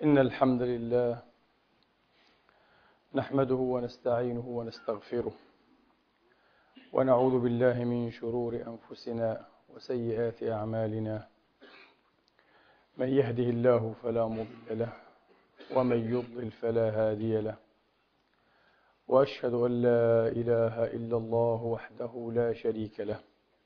إن الحمد لله نحمده ونستعينه ونستغفره ونعوذ بالله من شرور أنفسنا وسيئات أعمالنا. من يهده الله فلا مضل له ومن يضلل فلا هادي له، وأشهد أن لا إله إلا الله وحده لا شريك له،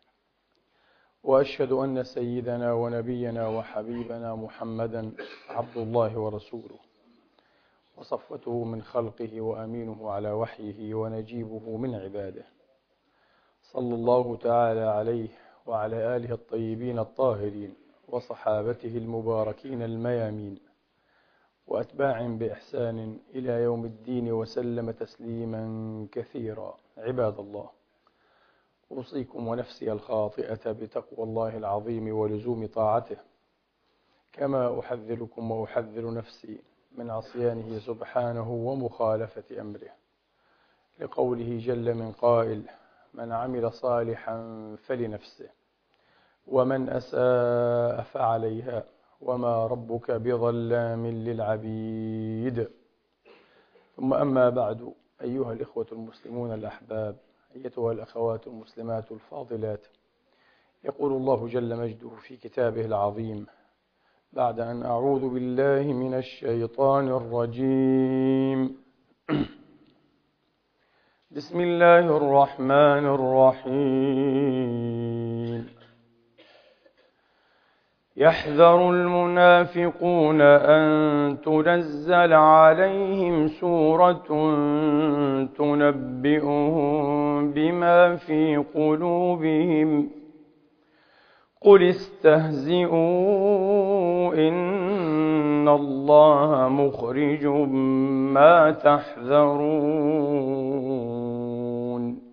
وأشهد أن سيدنا ونبينا وحبيبنا محمدا عبد الله ورسوله، وصفوته من خلقه وأمينه على وحيه ونجيبه من عباده، صلى الله تعالى عليه وعلى آله الطيبين الطاهرين وصحابته المباركين الميامين وأتباع بإحسان إلى يوم الدين وسلم تسليما كثيرا. عباد الله، أوصيكم ونفسي الخاطئة بتقوى الله العظيم ولزوم طاعته، كما أحذركم وأحذر نفسي من عصيانه سبحانه ومخالفة أمره، لقوله جل من قائل: من عمل صالحا فلنفسه ومن أساء فعليها وما ربك بظلام للعبيد. ثم أما بعد، أيها الإخوة المسلمون الأحباب، أيتها الأخوات المسلمات الفاضلات، يقول الله جل مجده في كتابه العظيم بعد أن أعوذ بالله من الشيطان الرجيم: بسم الله الرحمن الرحيم. يحذر المنافقون أن تنزل عليهم سورة تنبئهم بما في قلوبهم قل استهزئوا إن الله مخرج ما تحذرون.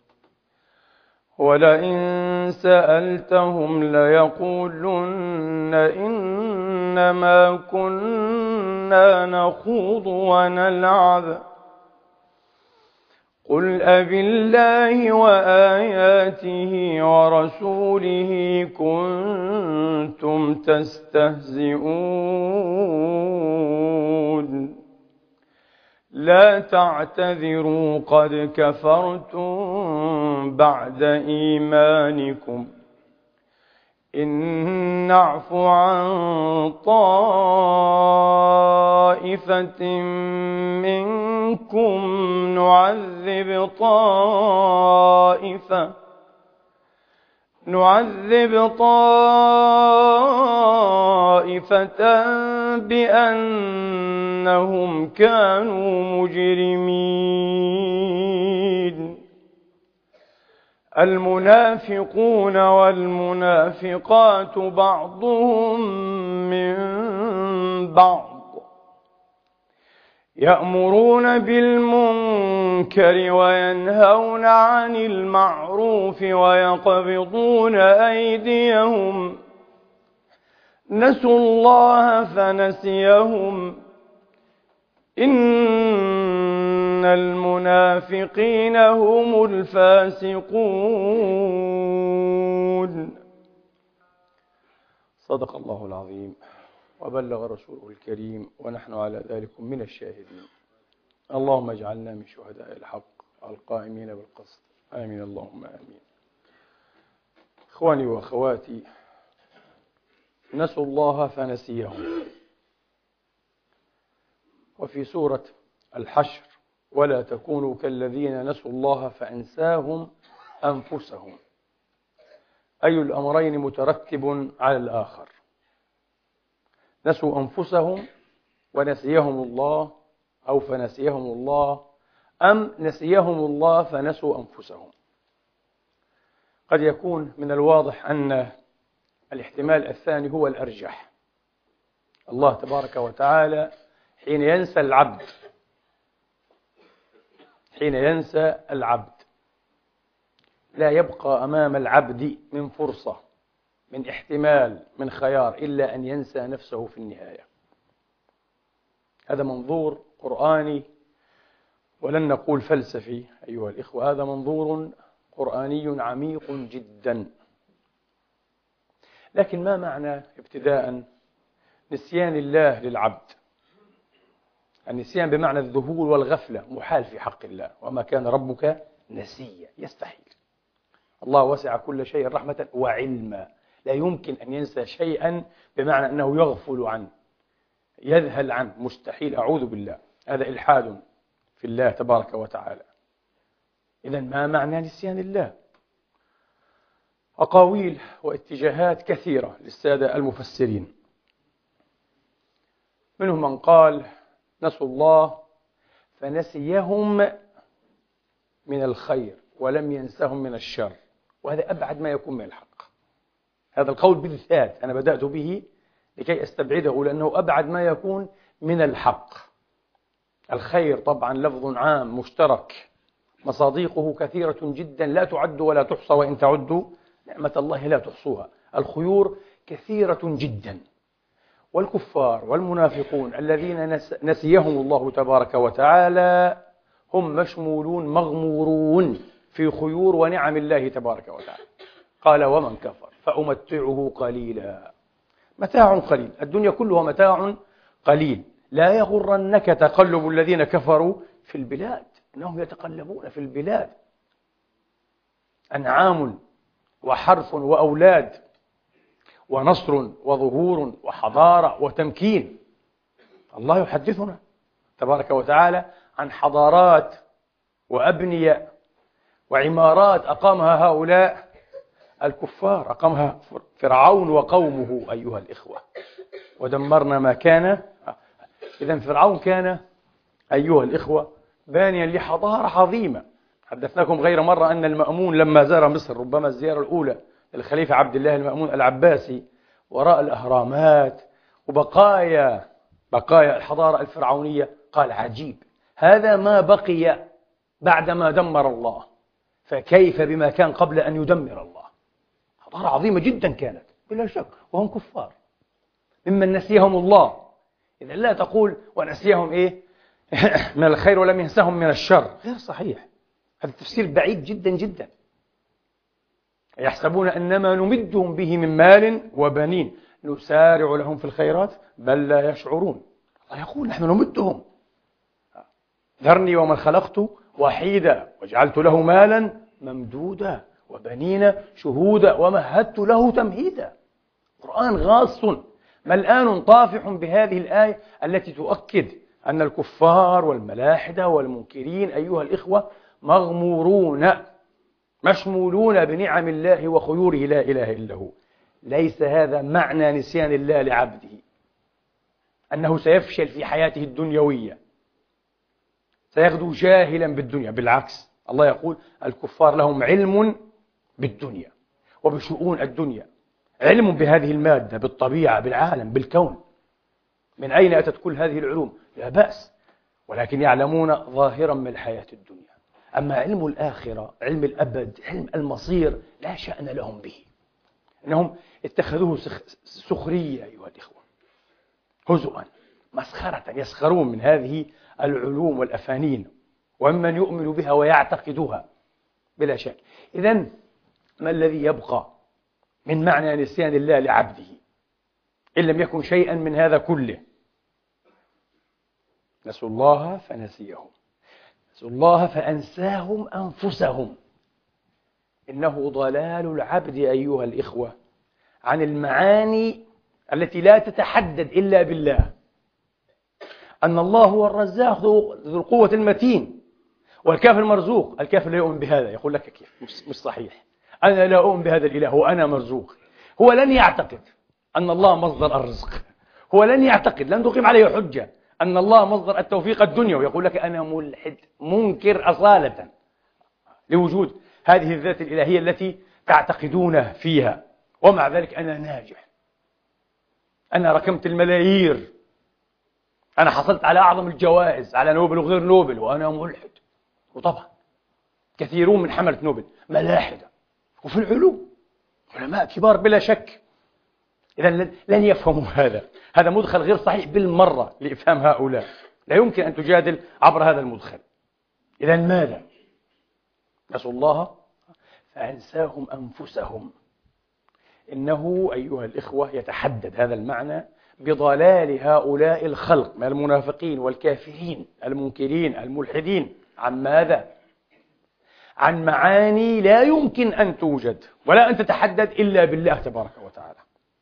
ولئن سألتهم ليقولن إنما كنا نخوض ونلعب قل أبالله وآياته ورسوله كنتم تستهزئون لا تعتذروا قد كفرتم بعد إيمانكم إن نعف عن طائفة منكم نعذب طائفة بأنهم كانوا مجرمين. المنافقون والمنافقات بعضهم من بعض يأمرون بالمنكر وينهون عن المعروف ويقبضون أيديهم نسوا الله فنسيهم إن المنافقين هم الفاسقون. صدق الله العظيم وبلغ رسوله الكريم ونحن على ذلك من الشاهدين. اللهم اجعلنا من شهداء الحق القائمين بالقسط، آمين اللهم آمين. إخواني وأخواتي، نسوا الله فنسيهم. وفي سورة الحشر: ولا تكونوا كالذين نسوا الله فأنساهم أنفسهم. أي الأمرين مترتب على الآخر؟ نسوا أنفسهم ونسيهم الله، أو فنسيهم الله، أم نسيهم الله فنسوا أنفسهم؟ قد يكون من الواضح أن الاحتمال الثاني هو الأرجح. الله تبارك وتعالى حين ينسى العبد لا يبقى أمام العبد من فرصة، من احتمال، من خيار، إلا أن ينسى نفسه في النهاية. هذا منظور قرآني ولن نقول فلسفي أيها الإخوة، هذا منظور قرآني عميق جدا. لكن ما معنى ابتداء نسيان الله للعبد؟ النسيان بمعنى الذهول والغفلة محال في حق الله، وما كان ربك نسيا، يستحيل. الله وسع كل شيء رحمة وعلما، لا يمكن أن ينسى شيئا بمعنى أنه يغفل عنه، يذهل عنه، مستحيل، أعوذ بالله، هذا إلحاد في الله تبارك وتعالى. إذن ما معنى نسيان الله؟ أقاويل واتجاهات كثيرة للسادة المفسرين. منهم من قال نسوا الله فنسيهم من الخير ولم ينسهم من الشر، وهذا أبعد ما يكون من الحق. هذا القول بالذات أنا بدأت به لكي أستبعده، لأنه أبعد ما يكون من الحق. الخير طبعا لفظ عام مشترك، مصادقه كثيرة جدا لا تعد ولا تحصى، وإن تعدوا نعمة الله لا تحصوها. الخيور كثيرة جدا، والكفار والمنافقون الذين نسيهم الله تبارك وتعالى هم مشمولون مغمورون في خيور ونعم الله تبارك وتعالى. قال ومن كفر فأمتعه قليلا، متاع قليل، الدنيا كلها متاع قليل. لا يغرنك تقلب الذين كفروا في البلاد، إنهم يتقلبون في البلاد، أنعام وحرث وأولاد ونصر وظهور وحضارة وتمكين. الله يحدثنا تبارك وتعالى عن حضارات وأبنية وعمارات أقامها هؤلاء الكفار، أقامها فرعون وقومه أيها الإخوة، ودمرنا ما كان. إذن فرعون كان أيها الإخوة بانيا لحضارة عظيمة. حدثناكم غير مرة أن المأمون لما زار مصر، ربما الزيارة الأولى للخليفة عبد الله المأمون العباسي، وراء الأهرامات وبقايا الحضارة الفرعونية، قال عجيب، هذا ما بقي بعدما دمر الله، فكيف بما كان قبل أن يدمر الله؟ حضارة عظيمة جدا كانت بلا شك، وهم كفار ممن نسيهم الله. إذا لا تقول ونسيهم من الخير ولم ينسهم من الشر، غير صحيح، هذا التفسير بعيد جدا جدا. يحسبون أنما نمدهم به من مال وبنين نسارع لهم في الخيرات بل لا يشعرون. الله يقول نحن نمدهم، ذرني ومن خلقت وحيدا وجعلت له مالا ممدودا وبنين شهودا ومهدت له تمهيدا. قرآن غاص ملآن طافح بهذه الآية التي تؤكد أن الكفار والملاحدة والمنكرين أيها الإخوة مغمورون مشمولون بنعم الله وخيوره لا إله إلا هو. ليس هذا معنى نسيان الله لعبده، أنه سيفشل في حياته الدنيوية، سيغدو جاهلا بالدنيا. بالعكس، الله يقول الكفار لهم علم بالدنيا وبشؤون الدنيا، علم بهذه المادة، بالطبيعة، بالعالم، بالكون. من أين أتت كل هذه العلوم؟ لا بأس، ولكن يعلمون ظاهرا من الحياة الدنيا. أما علم الآخرة، علم الأبد، علم المصير، لا شأن لهم به. إنهم اتخذوه سخرية أيها الإخوة، هزؤا، مسخرة، يسخرون من هذه العلوم والأفانين ومن يؤمن بها ويعتقدها بلا شك. إذن ما الذي يبقى من معنى نسيان الله لعبده إن لم يكن شيئا من هذا كله؟ نسوا الله فنسيهم، نسوا الله فأنساهم أنفسهم. إنه ضلال العبد أيها الإخوة عن المعاني التي لا تتحدد إلا بالله، أن الله هو الرزاق ذو القوة المتين، والكافر المرزوق. الكافر لا يؤمن بهذا، يقول لك كيف؟ مش صحيح، أنا لا أؤمن بهذا الإله وأنا مرزوق. هو لن يعتقد أن الله مصدر الرزق، هو لن يعتقد، لن تقيم عليه حجة أن الله مصدر التوفيق الدنيا، ويقول لك أنا ملحد منكر أصالة لوجود هذه الذات الإلهية التي تعتقدون فيها، ومع ذلك أنا ناجح، أنا ركمت الملايير، أنا حصلت على أعظم الجوائز، على نوبل وغير نوبل، وأنا ملحد. وطبعا كثيرون من حملة نوبل ملاحدة، وفي العلوم علماء كبار بلا شك. إذا لن يفهموا هذا مدخل غير صحيح بالمرة لإفهام هؤلاء، لا يمكن أن تجادل عبر هذا المدخل. إذا ماذا؟ نسوا الله فأنساهم أنفسهم. إنه أيها الإخوة يتحدد هذا المعنى بضلال هؤلاء الخلق من المنافقين والكافرين المنكرين الملحدين. عن ماذا؟ عن معاني لا يمكن أن توجد ولا أن تتحدد إلا بالله تبارك وتعالى.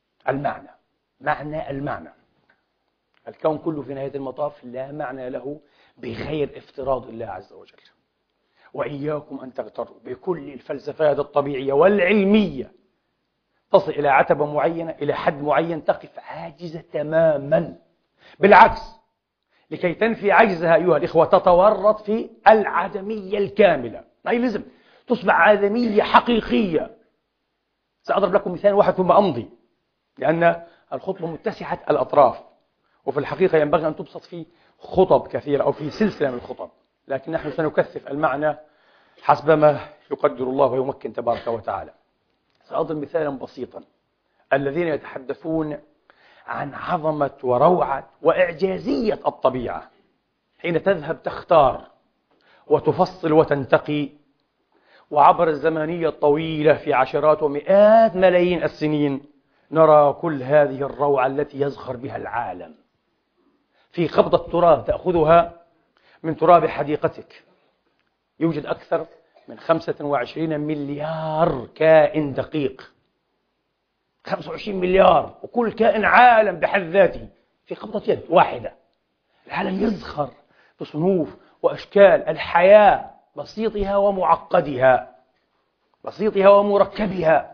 المعنى الكون كله في نهاية المطاف لا معنى له بغير افتراض الله عز وجل. وإياكم أن تغتروا بكل الفلسفات الطبيعية والعلمية تصل إلى عتبة معينة، إلى حد معين تقف عاجزة تماما. بالعكس، لكي تنفي عجزها أيها الإخوة تتورط في العدمية الكاملة. أي لازم تصبح عدمية حقيقية. سأضرب لكم مثال واحد ثم أمضي، لأن الخطبة متسعة الأطراف، وفي الحقيقة ينبغي أن تبسط في خطب كثيرة أو في سلسلة من الخطب، لكن نحن سنكثف المعنى حسب ما يقدر الله ويمكن تبارك وتعالى. سأضرب مثالا بسيطا. الذين يتحدثون عن عظمة وروعة وإعجازية الطبيعة حين تذهب تختار وتفصل وتنتقي، وعبر الزمنية الطويلة في عشرات ومئات ملايين السنين نرى كل هذه الروعة التي يزخر بها العالم في قبضة تراب تأخذها من تراب حديقتك. يوجد أكثر من 25 مليار كائن دقيق، 25 مليار، وكل كائن عالم بحد ذاته في قبضة يد واحدة. العالم يزخر بصنوف وأشكال الحياة، بسيطها ومعقدها، بسيطها ومركبها.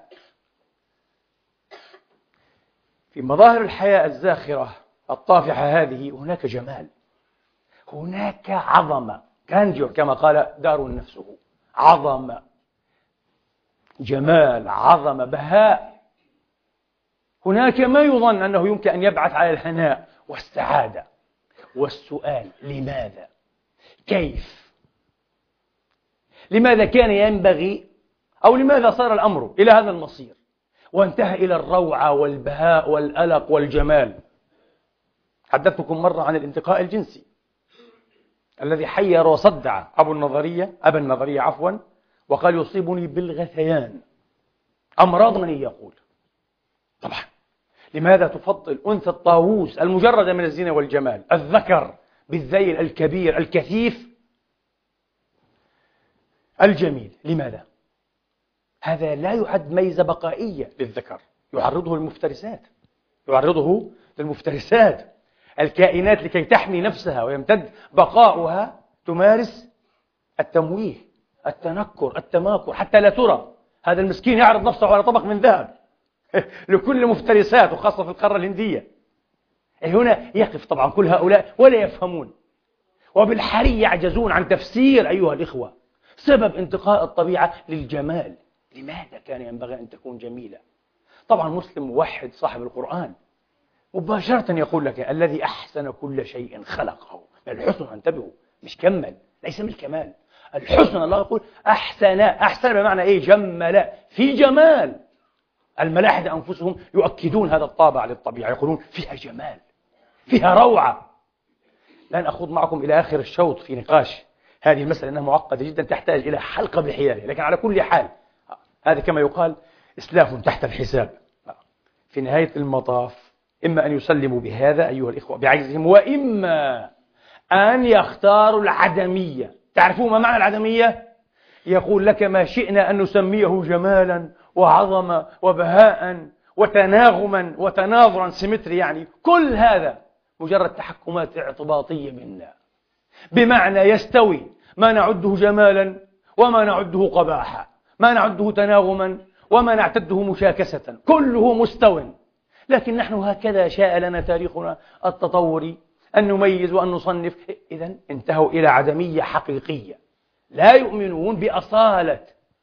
في مظاهر الحياة الزاخرة الطافحة هذه هناك جمال، هناك عظمة. كانجر كما قال داروين نفسه: عظمة، جمال، عظمة، بهاء. هناك ما يظن أنه يمكن أن يبعث على الهناء والسعادة. والسؤال: لماذا؟ كيف؟ لماذا كان ينبغي، أو لماذا صار الأمر إلى هذا المصير وانتهى إلى الروعة والبهاء والألق والجمال؟ حدثتكم مرة عن الانتقاء الجنسي الذي حير وصدع أبا النظرية وقال: يصيبني بالغثيان، أمراض من يقول. طبعا لماذا تفضل أنثى الطاووس المجردة من الزينة والجمال، الذكر بالذيل الكبير الكثيف الجميل؟ لماذا؟ هذا لا يعد ميزة بقائية للذكر، يعرضه للمفترسات. الكائنات لكي تحمي نفسها ويمتد بقاؤها تمارس التمويه، التنكر، التماكر، حتى لا ترى. هذا المسكين يعرض نفسه على طبق من ذهب لكل المفترسات، وخاصة في القارة الهندية. هنا يقف طبعا كل هؤلاء ولا يفهمون، وبالحري يعجزون عن تفسير أيها الإخوة سبب انتقاء الطبيعة للجمال. لماذا كان ينبغي أن تكون جميلة؟ طبعا مسلم موحد صاحب القرآن مباشرة يقول لك: الذي أحسن كل شيء خلقه. الحسن، انتبهوا، مش كمل، ليس من الكمال. الحسن الله يقول أحسن بمعنى إيه؟ جمل، في جمال. الملاحدة أنفسهم يؤكدون هذا الطابع للطبيعة، يقولون فيها جمال، فيها روعة. لن أخوض معكم إلى آخر الشوط في نقاش هذه المسألة، أنها معقدة جدا تحتاج إلى حلقة بحيالها، لكن على كل حال هذا كما يقال إسلاف تحت الحساب. في نهاية المطاف إما أن يسلموا بهذا أيها الإخوة بعجزهم، وإما أن يختاروا العدمية. تعرفون ما معنى العدمية؟ يقول لك: ما شئنا أن نسميه جمالا وعظمة وبهاء وتناغما وتناظرا، سيمتري، يعني كل هذا مجرد تحكمات اعتباطية منا، بمعنى يستوي ما نعده جمالا وما نعده قباحة، ما نعده تناغما وما نعتده مشاكسة، كله مستوٍ. لكن نحن هكذا شاء لنا تاريخنا التطوري أن نميز وأن نصنف. إذن انتهوا إلى عدمية حقيقية، لا يؤمنون بأصالة،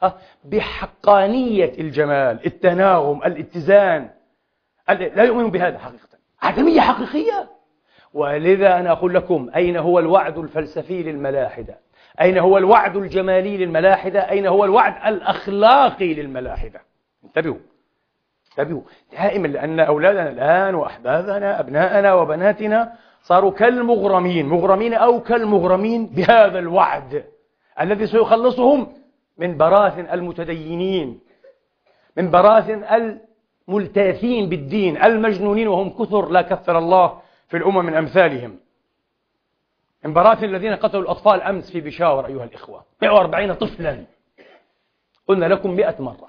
بحقانية الجمال، التناغم، الاتزان، لا يؤمنون بهذا حقيقة. عدمية حقيقية. ولذا أنا أقول لكم: أين هو الوعد الفلسفي للملاحدة؟ أين هو الوعد الجمالي للملاحدة؟ أين هو الوعد الأخلاقي للملاحدة؟ انتبهوا دائما، لأن أولادنا الآن وأحبابنا أبناءنا وبناتنا صاروا مغرمين أو كالمغرمين بهذا الوعد الذي سيخلصهم من براثن المتدينين، من براثن ملتاثين بالدين، المجنونين، وهم كثر لا كثر الله في الأمم من أمثالهم. من براثن الذين قتلوا الأطفال أمس في بشاور أيها الإخوة 140 طفلا. قلنا لكم 100 مرة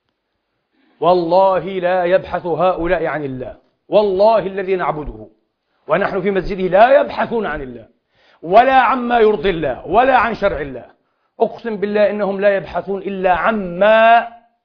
والله لا يبحث هؤلاء عن الله، والله الذي نعبده ونحن في مسجده لا يبحثون عن الله ولا عما يرضي الله ولا عن شرع الله. أقسم بالله إنهم لا يبحثون إلا عما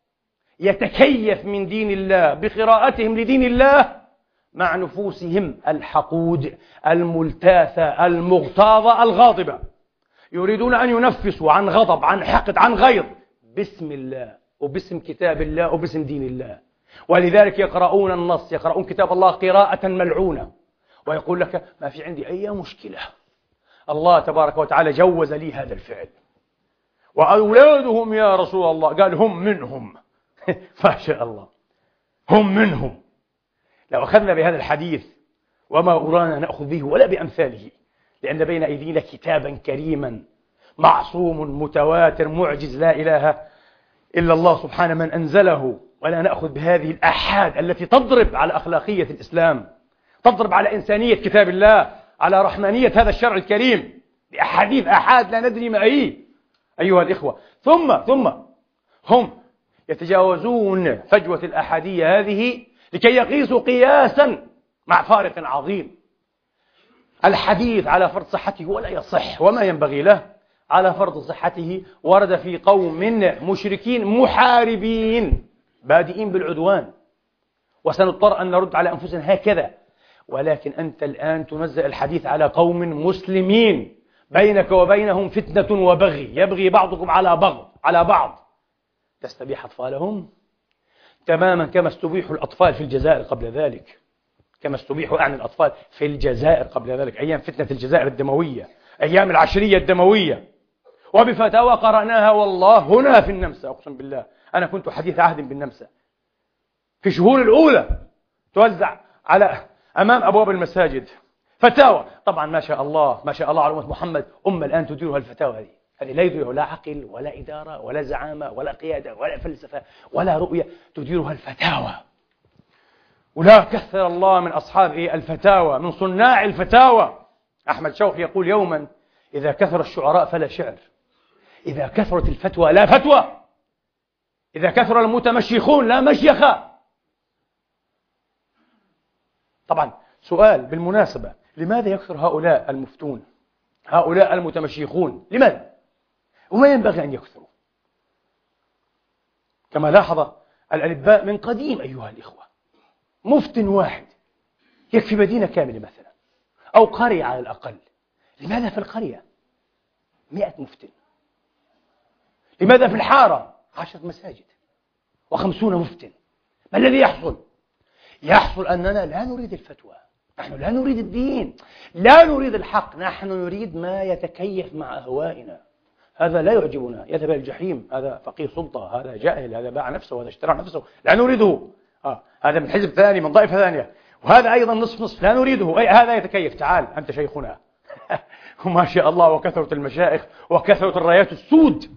يتكيف من دين الله بقراءتهم لدين الله مع نفوسهم الحقود الملتاثة المغتاظة الغاضبة. يريدون أن ينفسوا عن غضب، عن حقد، عن غيظ باسم الله وباسم كتاب الله وباسم دين الله. ولذلك يقرؤون النص، يقرؤون كتاب الله قراءة ملعونة، ويقول لك ما في عندي أي مشكلة، الله تبارك وتعالى جوز لي هذا الفعل. وأولادهم يا رسول الله، قال هم منهم. ما شاء الله، هم منهم. لو أخذنا بهذا الحديث وما أرانا نأخذ به ولا بأمثاله، لأن بين أيدينا كتابا كريما معصوم متواتر معجز لا إله إلا الله سبحانه من أنزله، ولا نأخذ بهذه الآحاد التي تضرب على أخلاقية الإسلام، تضرب على إنسانية كتاب الله، على رحمانية هذا الشرع الكريم، بأحاديث آحاد لا ندري ما هي أيها الإخوة. ثم هم يتجاوزون فجوة الأحادية هذه لكي يقيسوا قياسا مع فارق عظيم. الحديث على فرض صحته ولا يصح وما ينبغي له، على فرض صحته ورد في قوم مشركين محاربين بادئين بالعدوان، وسنضطر أن نرد على أنفسنا هكذا. ولكن أنت الآن تنزل الحديث على قوم مسلمين بينك وبينهم فتنة وبغي، يبغي بعضكم على بعض، تستبيح أطفالهم تماما كما استبيحوا الأطفال في الجزائر قبل ذلك، كما استبيحوا الأطفال في الجزائر قبل ذلك، أيام فتنة الجزائر الدموية، أيام العشرية الدموية، وبفتاوى قرأناها والله هنا في النمسا. أقسم بالله أنا كنت حديث عهد بالنمسا في الشهور الأولى، توزع أمام أبواب المساجد فتاوى. طبعا ما شاء الله ما شاء الله على أمة محمد، الآن تديرها الفتاوى هذه لا يديرها لا عقل ولا إدارة ولا زعامة ولا قيادة ولا فلسفة ولا رؤية، تديرها الفتاوى. ولا كثر الله من أصحاب الفتاوى، من صناع الفتاوى. أحمد شوقي يقول يوما: إذا كثر الشعراء فلا شعر، إذا كثرت الفتوى لا فتوى، إذا كثر المتمشيخون لا مشيخة. طبعا سؤال بالمناسبة، لماذا يكثر هؤلاء المفتون، هؤلاء المتمشيخون؟ لماذا؟ وما ينبغي أن يكثروا؟ كما لاحظ الألباء من قديم أيها الإخوة، مفت واحد يكفي مدينة كاملة مثلا، أو قرية على الأقل. لماذا في القرية 100 مفتن؟ لماذا في الحارة 10 مساجد و50 مفتن؟ ما الذي يحصل؟ يحصل أننا لا نريد الفتوى، نحن لا نريد الدين، لا نريد الحق، نحن نريد ما يتكيف مع أهوائنا. هذا لا يعجبنا، يذهب إلى الجحيم، هذا فقير سلطة، هذا جاهل، هذا باع نفسه، هذا اشترى نفسه، لا نريده. هذا من حزب ثاني، من طائفة ثانية، وهذا أيضا نصف، لا نريده. هذا يتكيف، تعال أنت شيخنا. وما شاء الله، وكثرة المشائخ وكثرة الرايات السود،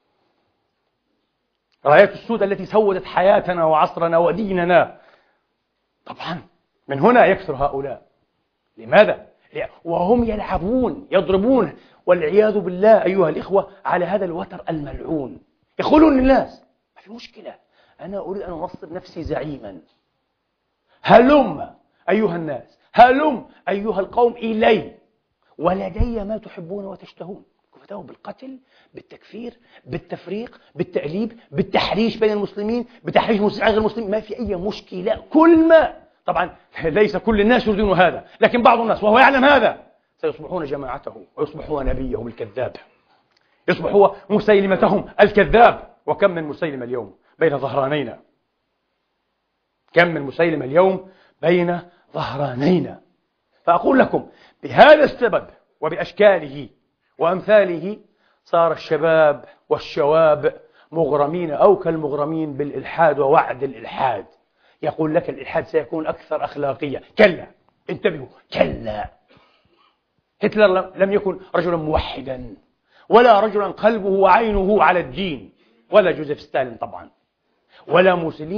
رايات السود التي سودت حياتنا وعصرنا وديننا. طبعا من هنا يكثر هؤلاء. لماذا؟ وهم يلعبون يضربون والعياذ بالله أيها الإخوة على هذا الوتر الملعون. يقولون للناس ما في مشكلة، أنا أريد أن أنصب نفسي زعيما، هلم أيها الناس، هلم أيها القوم إلي، ولدي ما تحبون وتشتهون. فتاوى بالقتل، بالتكفير، بالتفريق، بالتأليب، بالتحريش بين المسلمين، بتحريش غير المسلمين، ما في أي مشكلة. كل ما طبعا ليس كل الناس يريدون هذا، لكن بعض الناس وهو يعلم هذا سيصبحون جماعته ويصبحون نبيهم الكذاب، يصبح هو مسيلمتهم الكذاب. وكم من مسيلم اليوم بين ظهرانينا، كم من مسيلم اليوم بين ظهرانينا. فأقول لكم بهذا السبب وبأشكاله وأمثاله صار الشباب والشواب مغرمين أو كالمغرمين بالإلحاد ووعد الإلحاد. يقول لك الإلحاد سيكون أكثر أخلاقية. كلا، انتبهوا، كلا. هتلر لم يكن رجلا موحدا، ولا رجلا قلبه وعينه على الدين، ولا جوزيف ستالين طبعا، ولا موسوليني.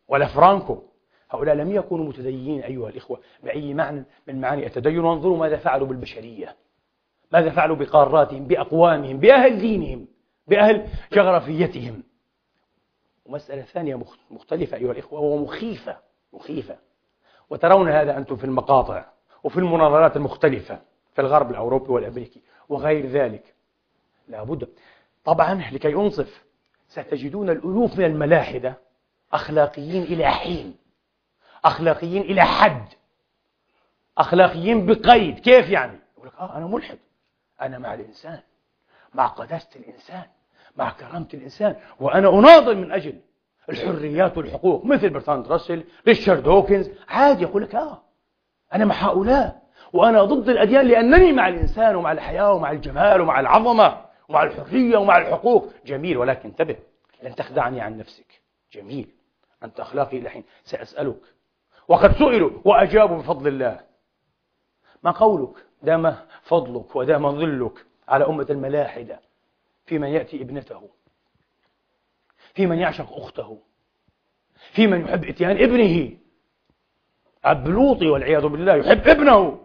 ولا فرانكو. هؤلاء لم يكونوا متدينين أيها الإخوة بأي معنى من معاني التدين. وانظروا ماذا فعلوا بالبشرية، ماذا فعلوا بقاراتهم، بأقوامهم، بأهل دينهم، بأهل جغرافيتهم. ومسألة ثانية مختلفة أيها الإخوة ومخيفة، وترون هذا أنتم في المقاطع وفي المناظرات المختلفة في الغرب الأوروبي والأمريكي وغير ذلك. لابد طبعا لكي أنصف ستجدون الألوف من الملاحدة أخلاقيين إلى حين، أخلاقيين إلى حد، أخلاقيين بقيد. كيف يعني؟ يقول لك أنا ملحد، أنا مع الإنسان، مع قداسة الإنسان، مع كرامة الإنسان، وأنا أناضل من أجل الحريات والحقوق، مثل برتراند راسل، ريتشارد دوكنز. عادي يقول لك أنا مع هؤلاء، وأنا ضد الأديان لأنني مع الإنسان ومع الحياة ومع الجمال ومع العظمة ومع الحرية ومع الحقوق. جميل، ولكن انتبه، لن تخدعني عن نفسك. جميل، أنت أخلاقي إلى حين. سأسألك، وقد سئلوا وأجابوا بفضل الله، ما قولك دام فضلك ودام ظلك على أمة الملاحدة في من يأتي ابنته، في من يعشق أخته، في من يحب إتيان ابنه؟ عبد لوطي والعياذ بالله يحب ابنه،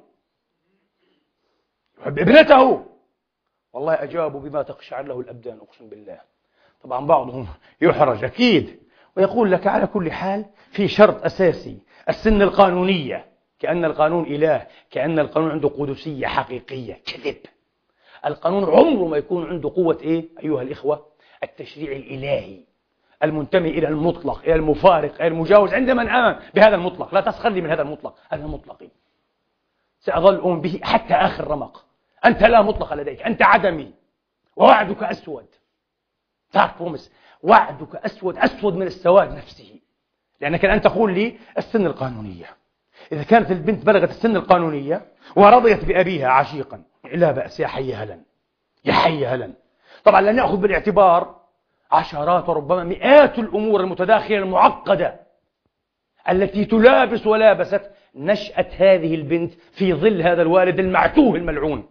يحب ابنته. والله أجابوا بما تقشعر له الأبدان، أقسم بالله. طبعا بعضهم يحرج أكيد ويقول لك على كل حال في شرط أساسي، السن القانونية، كأن القانون إله، كأن القانون عنده قدسية حقيقية. كذب. القانون عمره ما يكون عنده قوة أيها الإخوة؟ التشريع الإلهي المنتمي إلى المطلق، إلى المفارق، إلى المجاوز. عندما آمن بهذا المطلق، لا تسخر لي من هذا المطلق، هذا مطلقي، سأظل أؤمن به حتى آخر رمق. أنت لا مطلق لديك، أنت عدمي، ووعدك أسود. تعرف وعدك أسود من السواد نفسه، لأنك الآن تقول لي السن القانونية. إذا كانت البنت بلغت السن القانونية ورضيت بأبيها عشيقا، لا بأس، يا حي هلا، يا حي هلا. طبعا لن نأخذ بالاعتبار عشرات وربما مئات الأمور المتداخلة المعقدة التي تلابس ولابست نشأة هذه البنت في ظل هذا الوالد المعتوه الملعون،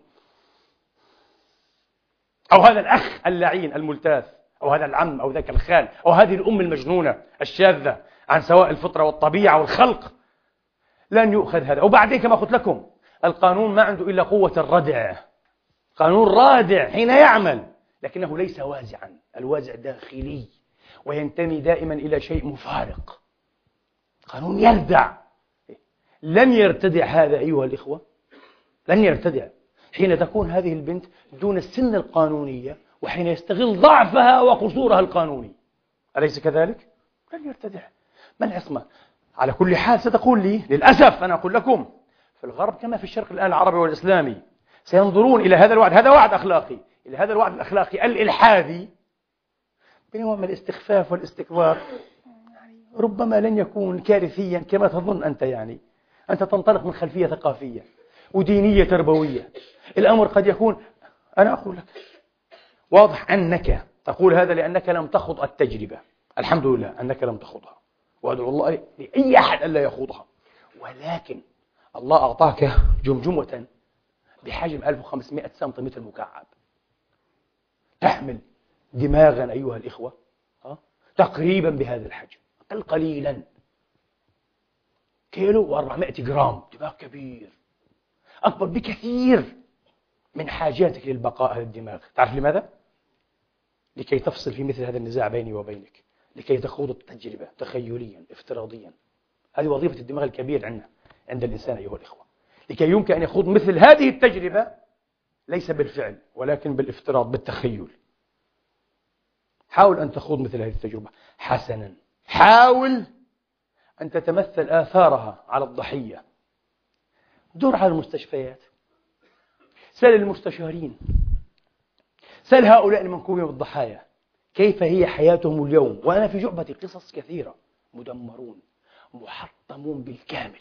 أو هذا الأخ اللعين الملتاث، أو هذا العم، أو ذاك الخال، أو هذه الأم المجنونة الشاذة عن سواء الفطرة والطبيعة والخلق. لن يؤخذ هذا. وبعدين كما قلت لكم، القانون ما عنده إلا قوة الردع. قانون رادع حين يعمل، لكنه ليس وازعا. الوازع داخلي وينتمي دائما إلى شيء مفارق. قانون يردع. لن يرتدع هذا أيها الإخوة، لن يرتدع حين تكون هذه البنت دون السن القانونية، وحين يستغل ضعفها وقصورها القانوني. أليس كذلك؟ لن يرتدع. ما العصمة؟ على كل حال ستقول لي، للأسف أنا أقول لكم، في الغرب كما في الشرق الآن العربي والإسلامي سينظرون إلى هذا الوعد، هذا وعد أخلاقي، إلى هذا الوعد الأخلاقي الإلحادي بنوع من الاستخفاف والاستكبار. ربما لن يكون كارثيا كما تظن أنت. أنت تنطلق من خلفية ثقافية ودينية تربوية. الأمر قد يكون، أنا أقول لك واضح أنك تقول هذا لأنك لم تخض التجربة. الحمد لله أنك لم تخضها، وأدعو الله لأي أحد ألا يخوضها. ولكن الله أعطاك جمجمة بحجم 1500 سنتيمتر مكعب، تحمل دماغا أيها الإخوة تقريبا بهذا الحجم، أقل قليلا كيلو و400 جرام. دماغ كبير، أكبر بكثير من حاجاتك للبقاء هذا الدماغ. تعرف لماذا؟ لكي تفصل في مثل هذا النزاع بيني وبينك، لكي تخوض التجربة تخيليا افتراضيا. هذه وظيفة الدماغ الكبير عند الإنسان أيها الإخوة، لكي يمكن أن يخوض مثل هذه التجربة، ليس بالفعل ولكن بالافتراض، بالتخيل. حاول أن تخوض مثل هذه التجربة حسنا، حاول أن تتمثل آثارها على الضحية. دور على المستشفيات، سل المستشارين، سل هؤلاء المنكوبين بالضحايا كيف هي حياتهم اليوم. وأنا في جعبتي قصص كثيرة، مدمرون، محطمون بالكامل.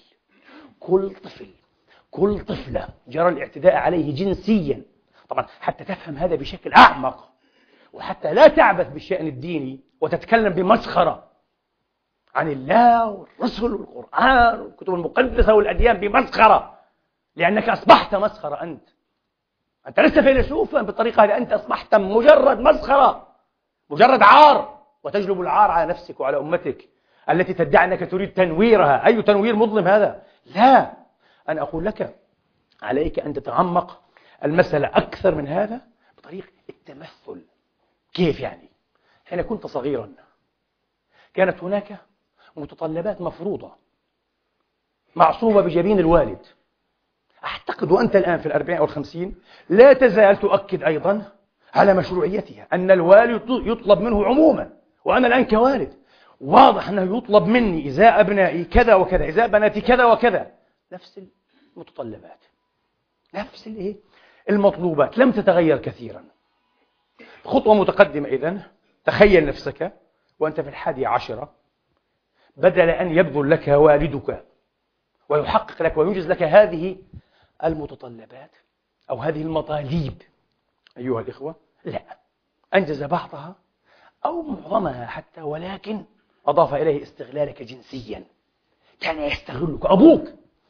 كل طفلة جرى الاعتداء عليه جنسيا. طبعا حتى تفهم هذا بشكل أعمق، وحتى لا تعبث بالشأن الديني وتتكلم بمسخرة عن الله والرسل والقرآن والكتب المقدسة والأديان بمسخرة، لأنك أصبحت مسخرة. أنت لست فيلسوفا بالطريقة هذه، أنت أصبحت مجرد مسخرة، مجرد عار، وتجلب العار على نفسك وعلى أمتك. التي تدعي أنك تريد تنويرها. أي تنوير مظلم هذا؟ لا، أنا أقول لك عليك أن تتعمق المسألة أكثر من هذا بطريق التمثل. كيف يعني؟ حين كنت صغيرا كانت هناك متطلبات مفروضة معصوبة بجبين الوالد. أعتقد وأنت الآن في 40 أو 50 لا تزال تؤكد أيضا على مشروعيتها، أن الوالد يطلب منه عموما. وأنا الآن كوالد واضح أنه يطلب مني إزاء أبنائي كذا وكذا، إزاء بناتي كذا وكذا. نفس المتطلبات، نفس المطلوبات، لم تتغير كثيرا. خطوة متقدمة إذن. تخيل نفسك وأنت في 11، بدل أن يبذل لك والدك ويحقق لك وينجز لك هذه المتطلبات أو هذه المطالب أيها الإخوة، لا، أنجز بعضها أو معظمها حتى، ولكن أضاف إليه استغلالك جنسيا. كان يستغلك أبوك.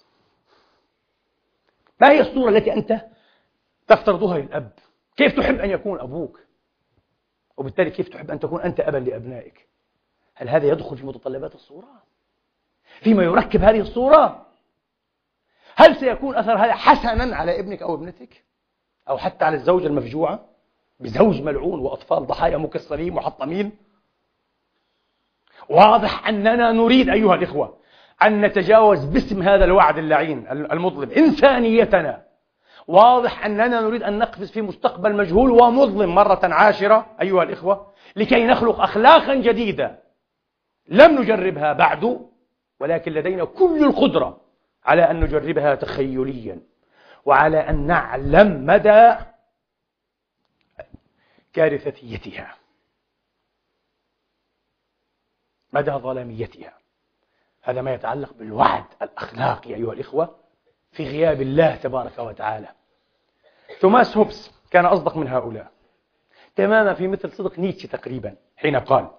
ما هي الصورة التي أنت تفترضها للأب؟ كيف تحب أن يكون أبوك؟ وبالتالي كيف تحب أن تكون أنت أبا لأبنائك؟ هل هذا يدخل في متطلبات الصورة؟ فيما يركب هذه الصورة؟ هل سيكون أثر هذا حسنا على ابنك أو ابنتك؟ أو حتى على الزوجة المفجوعة بزوج ملعون وأطفال ضحايا مكسرين محطمين؟ واضح أننا نريد أيها الإخوة أن نتجاوز باسم هذا الوعد اللعين المظلم إنسانيتنا. واضح أننا نريد أن نقفز في مستقبل مجهول ومظلم مرة عاشرة أيها الإخوة، لكي نخلق أخلاقا جديدة لم نجربها بعد، ولكن لدينا كل القدرة على أن نجربها تخيليا، وعلى أن نعلم مدى كارثيتها، مدى ظلاميتها. هذا ما يتعلق بالوعد الأخلاقي أيها الإخوة في غياب الله تبارك وتعالى. توماس هوبس كان أصدق من هؤلاء تماما، في مثل صدق نيتشه تقريبا، حين قال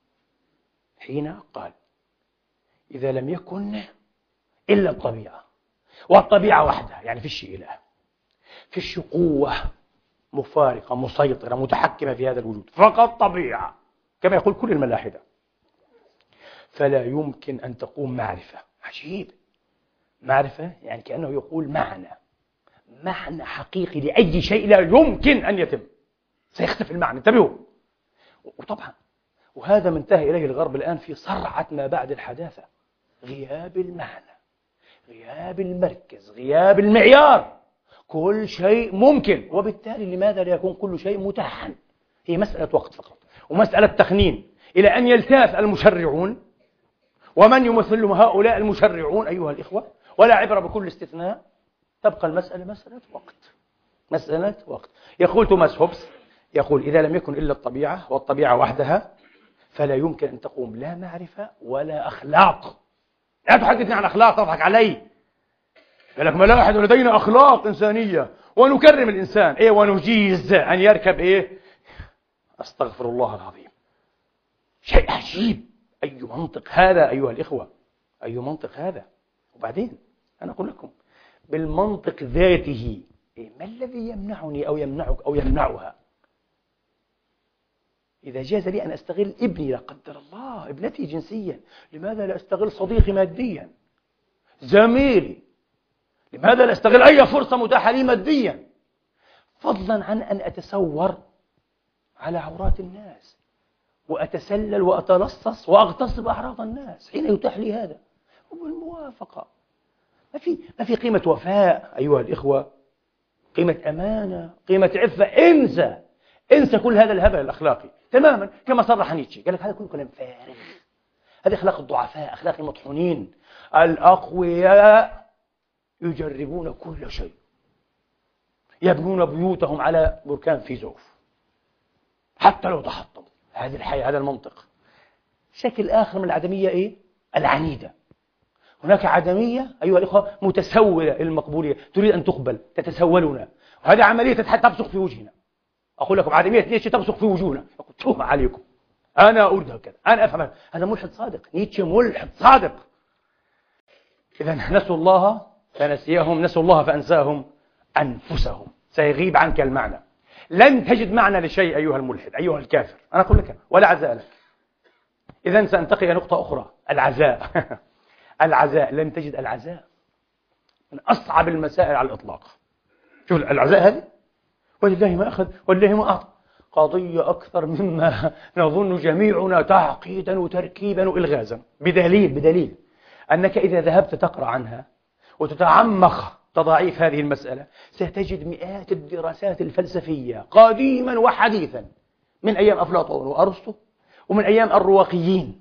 إذا لم يكن إلا الطبيعة، والطبيعة وحدها، يعني فيش إله، فيش قوة مفارقة مسيطرة متحكمة في هذا الوجود، فقط طبيعة كما يقول كل الملاحدة، فلا يمكن أن تقوم معرفة. عجيب، معرفة يعني كأنه يقول معنى حقيقي لأي شيء لا يمكن أن يتم، سيختفي المعنى. انتبهوا. وطبعا وهذا ما انتهى إليه الغرب الآن في صرعة ما بعد الحداثة، غياب المعنى، غياب المركز، غياب المعيار. كل شيء ممكن، وبالتالي لماذا لا يكون كل شيء متاحا؟ هي مسألة وقت فقط ومسألة تخنين، إلى أن يلتاف المشرعون ومن يمثلهم هؤلاء المشرعون أيها الإخوة، ولا عبرة بكل استثناء، تبقى المسألة مسألة وقت. يقول توماس هوبس، يقول إذا لم يكن إلا الطبيعة والطبيعة وحدها فلا يمكن أن تقوم لا معرفة ولا أخلاق. لا تحدثني عن أخلاق، تضحك علي. قال لك ملاحظ لدينا أخلاق إنسانية ونكرم الإنسان، ونجيز أن يركب أستغفر الله العظيم. شيء عجيب. أي منطق هذا أيها الإخوة؟ أي منطق هذا؟ وبعدين أنا أقول لكم بالمنطق ذاته، ما الذي يمنعني أو يمنعك أو يمنعها؟ إذا جاز لي أن أستغل ابني لا قدر الله، ابنتي جنسيا، لماذا لا أستغل صديقي ماديا، زميلي؟ لماذا لا أستغل أي فرصة متاحة لي ماديا؟ فضلا عن أن أتسور على عورات الناس وأتسلل وأتلصص وأغتصب أعراض الناس حين يتاح لي هذا، وبالموافقة. ما في قيمة وفاء أيها الإخوة، قيمة أمانة، قيمة عفة. انسى كل هذا الهبل الأخلاقي تماما، كما صرح نيتشه، قال لك هذا كله كلام فارغ، هذه أخلاق الضعفاء، أخلاق المطحونين. الأقوياء يجربون كل شيء، يبنون بيوتهم على بركان فيزوف حتى لو تحطموا. هذه الحياة، هذا المنطق. شكل آخر من العدمية العنيدة. هناك عدمية أيها الإخوة متسولة المقبولية، تريد أن تقبل، تتسولنا، وهذه عملية تبصق في وجهنا. أقول لكم عدمية نيتشه تبصق في وجوهنا، يقول توب عليكم، أنا أريد هكذا، أنا أفهم هذا ملحد صادق. نيتشه ملحد صادق. إذا نسوا الله فنسيهم، نسوا الله فأنساهم أنفسهم. سيغيب عنك المعنى، لن تجد معنى لشيء أيها الملحد، أيها الكافر. أنا أقول لك ولا عزاء لك، إذن سأنتقل إلى نقطة أخرى، العزاء. العزاء، لن تجد العزاء من أصعب المسائل على الإطلاق. شوف العزاء هذه، ولله ما أخذ ولله ما أعطى، قضية أكثر مما نظن جميعنا تعقيدا وتركيبا وإلغازا، بدليل أنك إذا ذهبت تقرأ عنها وتتعمق تضاعيف هذه المسألة ستجد مئات الدراسات الفلسفية قديما وحديثا، من أيام أفلاطون وأرسطو ومن أيام الرواقيين،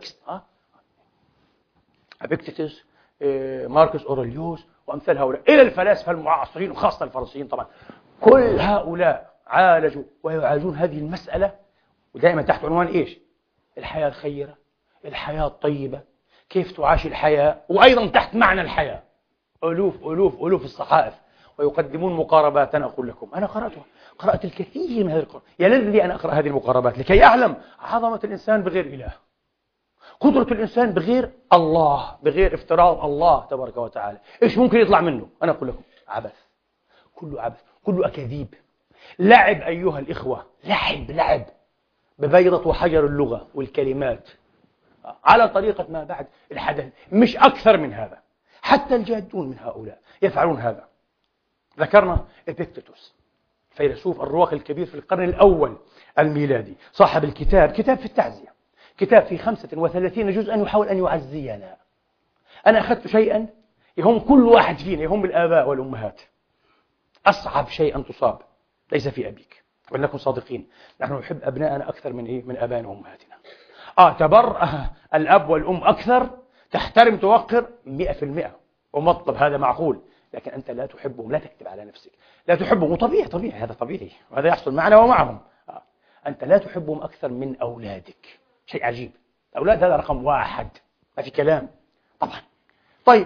أبيكتيتس، ماركوس أوريليوس وأمثال هؤلاء، إلى الفلاسفة المعاصرين وخاصة الفرنسيين طبعا. كل هؤلاء عالجوا ويعالجون هذه المسألة، ودائما تحت عنوان إيش؟ الحياة الخيرة، الحياة الطيبة، كيف تعاش الحياة، وأيضا تحت معنى الحياة. ألوف الصحائف، ويقدمون مقاربات. أنا أقول لكم أنا قرأت الكثير من هذه القرآن، يا لذي أنا أقرأ هذه المقاربات لكي أعلم عظمة الإنسان بغير إله، قدرة الإنسان بغير الله، بغير افتراض الله تبارك وتعالى. إيش ممكن يطلع منه؟ أنا أقول لكم عبث، كله عبث، كله أكاذيب، لعب أيها الإخوة، لعب ببيضة وحجر اللغة والكلمات على طريقة ما بعد الحدث، مش أكثر من هذا. حتى الجادون من هؤلاء يفعلون هذا. ذكرنا إبيكتيتوس، فيلسوف الرواقي الكبير في القرن الأول الميلادي، صاحب كتاب في التعزية، كتاب في 35 جزءا يحاول أن يعزينا. أنا أخذت شيئا يهم كل واحد فينا، يهم الآباء والأمهات. أصعب شيء أن تصاب ليس في أبيك، ولنكن صادقين، نحن نحب أبناءنا أكثر من آبائنا وأمهاتنا. تبر الأب والأم أكثر، تحترم توقر 100%، ومطلب هذا معقول، لكن أنت لا تحبهم، لا تكتب على نفسك لا تحبهم، وطبيعي هذا طبيعي، وهذا يحصل معنا ومعهم. أنت لا تحبهم أكثر من أولادك، شيء عجيب. الأولاد هذا رقم 1، ما في كلام طبعا. طيب،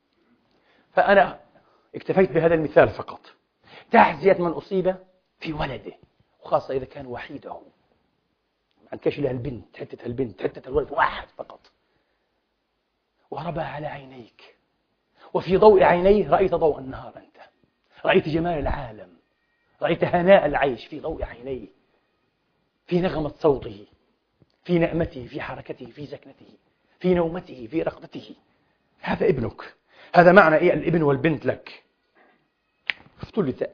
فأنا اكتفيت بهذا المثال فقط، تعزية من أصيب في ولده، وخاصة إذا كان وحيده، عن كشلها البنت، حتة الولد واحد فقط، وربى على عينيك، وفي ضوء عينيه رأيت ضوء النهار، أنت رأيت جمال العالم، رأيت هناء العيش في ضوء عينيه، في نغمة صوته، في نأمته، في حركته، في سكنته، في نومته، في رقدته. هذا ابنك، هذا معنى إيه الابن والبنت لك. افتلت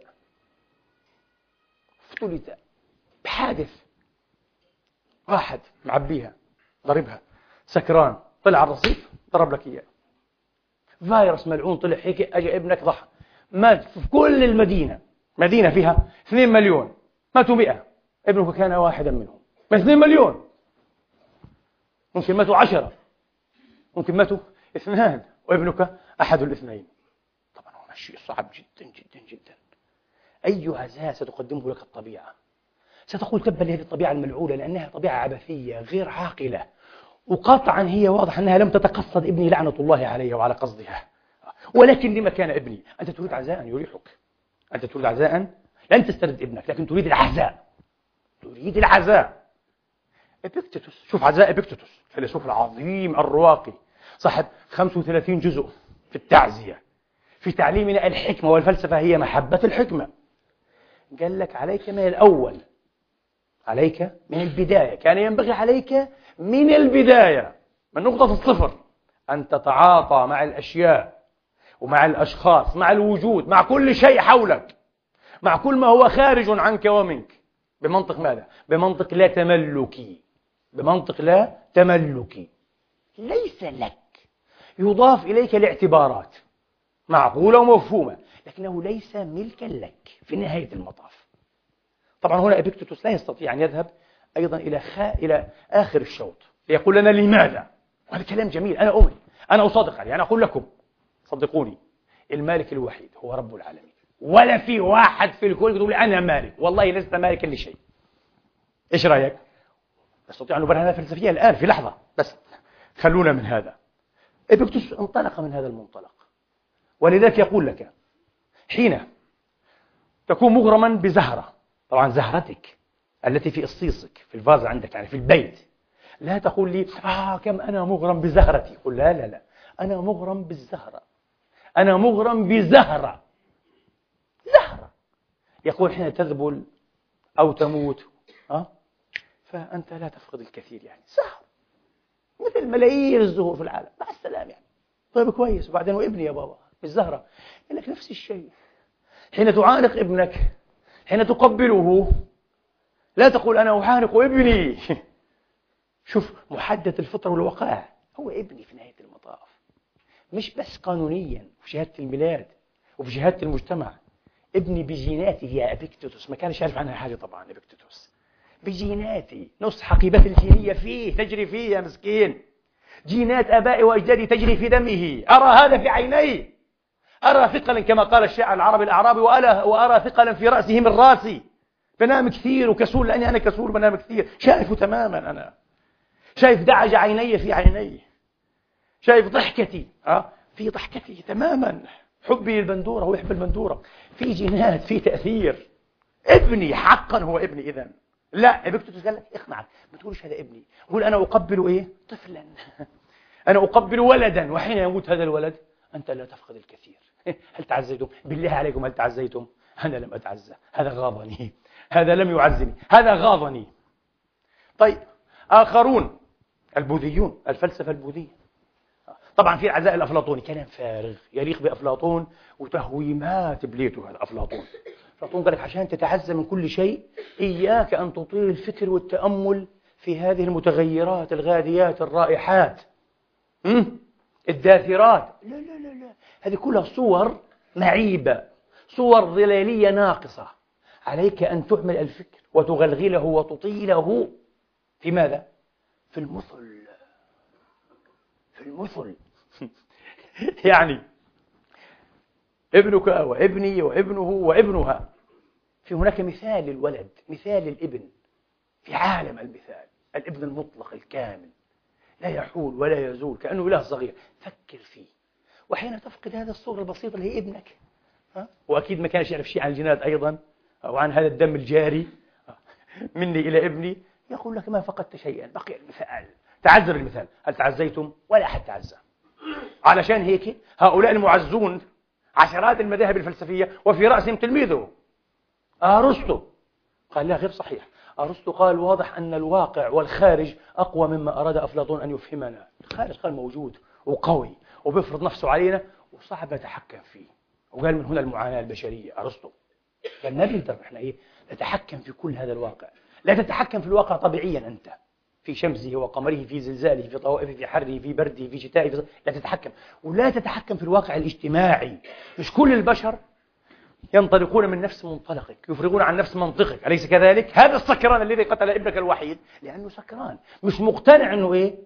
بحادث، واحد معبيها، ضربها، سكران، طلع على الرصيف ضرب لك إياه، فيروس ملعون طلع هيك، أجا ابنك ضحى، مات في كل المدينة، مدينة فيها 2 مليون، ماتوا 100، ابنك كان واحدا منهم، من 2 مليون ممكن ماتوا 10، ممكن ماتوا 2، وابنك أحد الاثنين. طبعا هو شيء صعب جدا جدا جدا. أي عزاء ستقدمه لك الطبيعة؟ ستقول تبا لهذه الطبيعة الملعونة، لأنها طبيعة عبثية غير عاقلة، وقطعا هي واضح أنها لم تتقصد ابني لعنة الله عليه وعلى قصدها. ولكن لما كان ابني؟ أنت تريد عزاء يريحك، أنت تريد عزاء، لن تسترد ابنك، لكن تريد العزاء. إبيكتيتوس، شوف عزاء إبيكتيتوس، الفيلسوف العظيم الرواقي، صاحب 35 جزء في التعزية، في تعليمنا الحكمة والفلسفة هي محبة الحكمة. قال لك عليك من الأول، عليك من البداية، كان ينبغي عليك من البداية، من نقطة الصفر، أن تتعاطى مع الأشياء ومع الأشخاص، مع الوجود، مع كل شيء حولك، مع كل ما هو خارج عنك ومنك، بمنطق ماذا؟ بمنطق لا تملكي، ليس لك، يضاف إليك الاعتبارات معقولة ومفهومة، لكنه ليس ملكا لك في نهاية المطاف. طبعا هنا إبيكتيتوس لا يستطيع أن يذهب أيضا إلى آخر الشوط ليقول لنا لماذا. وهذا كلام جميل، أنا أصادق عليه، أنا أقول لكم صدقوني، المالك الوحيد هو رب العالمين، ولا في واحد في الكون يقول أنا مالك، والله لست مالكا لشيء. إيش رأيك؟ نستطيع أن نبرهنها فلسفيا الآن في لحظة، بس خلونا من هذا. إبيكتيتوس انطلق من هذا المنطلق، ولذلك يقول لك حين تكون مغرما بزهرة، طبعا زهرتك التي في إصيصك في الفاز عندك، يعني في البيت، لا تقول لي كم أنا مغرم بزهرتي، قل لا، أنا مغرم بالزهرة، أنا مغرم بزهرة، زهرة. يقول حين تذبل أو تموت فأنت لا تفقد الكثير، يعني زهر مثل ملايين الزهور في العالم، مع السلامة يعني. طيب كويس، وبعدين وابني يا بابا الزهرة، يقول لك نفس الشيء. حين تعانق ابنك، حين تقبله، لا تقول أنا أعانق ابني. شوف، محدد الفطرة والوقائع، هو ابني في نهاية المطاف، مش بس قانونيا وفي شهادة الميلاد وفي شهادة المجتمع. ابني بجيناتي يا أبيكتوتوس، ما كانش يعرف عنها حاجة طبعا أبيكتوتوس، بجيناتي، نص حقيبة الجينية فيه، تجري فيه يا مسكين، جينات آبائي وأجدادي تجري في دمه، أرى هذا في عيني، أرى ثقلا كما قال الشاعر العربي الأعرابي، وأرى ثقلا في رأسه من راسي، بنام كثير وكسول لأني أنا كسول بنام كثير، شايفه تماما، أنا شايف دعج عيني في عيني، شايف ضحكتي في ضحكتي تماما، حبي للبندورة هو يحب البندورة، في جينات، في تأثير. ابني حقا هو ابني. إذن لا، ابيكتوتوس قال لك اقنعك، ما تقولش هذا ابني، قول أنا أقبل إيه؟ طفلا. أنا أقبل ولدا، وحين يموت هذا الولد أنت لا تفقد الكثير. هل تعزيتم؟ بالله عليكم هل تعزيتم؟ أنا لم أتعزى، هذا غاضني، هذا لم يعزني، هذا غاضني. طيب، آخرون البوذيون، الفلسفة البوذية، طبعا في العزاء الأفلاطوني، كلام فارغ يليق بأفلاطون وتهويمات بليته. هذا أفلاطون قال لك عشان تتعزى من كل شيء إياك أن تطيل الفكر والتأمل في هذه المتغيرات الغاديات الرائحات الداثرات. لا لا لا لا، هذه كلها صور معيبة، صور ظلالية ناقصة. عليك أن تعمل الفكر وتغلغله وتطيله في ماذا؟ في المثل، في المثل. يعني ابنك وابني وابنه وابنها، في هناك مثال للولد، مثال للابن في عالم المثال، الابن المطلق الكامل لا يحول ولا يزول، كأنه إله صغير. فكر فيه، وحين تفقد هذا الصورة البسيطة اللي هي ابنك، وأكيد ما كانش يعرف شيء عن الجينات أيضا أو عن هذا الدم الجاري مني إلى ابني، يقول لك ما فقدت شيئا، بقي المثال. تعذر المثال، هل تعزيتم؟ ولا أحد تعزى. علشان هيك هؤلاء المعزون عشرات المذاهب الفلسفية وفي رأسهم تلميذه أرسطو، قال لا غير صحيح. أرسطو قال واضح أن الواقع والخارج أقوى مما أراد أفلاطون أن يفهمنا. الخارج قال موجود وقوي وبيفرض نفسه علينا وصعب نتحكم فيه، وقال من هنا المعاناة البشرية. أرسطو قال ما بنقدر إحنا نتحكم في كل هذا الواقع، لا تتحكم في الواقع طبيعيا أنت، في شمسه وقمره، في زلزاله، في طوائفه، في حره، في برده، في شتائه، لا تتحكم. ولا تتحكم في الواقع الاجتماعي، مش كل البشر ينطلقون من نفس منطلقك، يفرغون عن نفس منطقك، أليس كذلك؟ هذا السكران الذي قتل ابنك الوحيد لأنه سكران، مش مقتنع أنه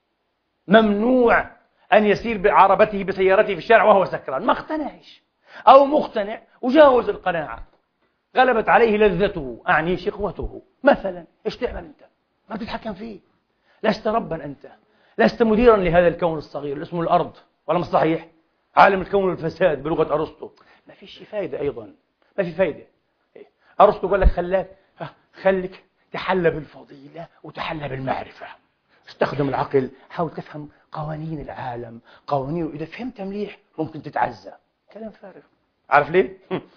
ممنوع أن يسير بعربته بسيارته في الشارع وهو سكران، ما اقتنعش، أو مقتنع وجاوز القناعة، غلبت عليه لذته، أعني شقوته مثلا. إيش تعمل أنت؟ ما تتحكم فيه، لست ربا أنت، لست مديرا لهذا الكون الصغير اللي اسمه الأرض، ولا مش صحيح؟ عالم الكون والفساد بلغة أرسطو، ما فيش فايدة أيضا، ما في فايدة. أرسطو قال لك خليك تحلى بالفضيلة وتحلى بالمعرفة، استخدم العقل، حاول تفهم قوانين العالم، قوانينه، إذا فهمت مليح ممكن تتعزى. كلام فارغ. عارف ليه؟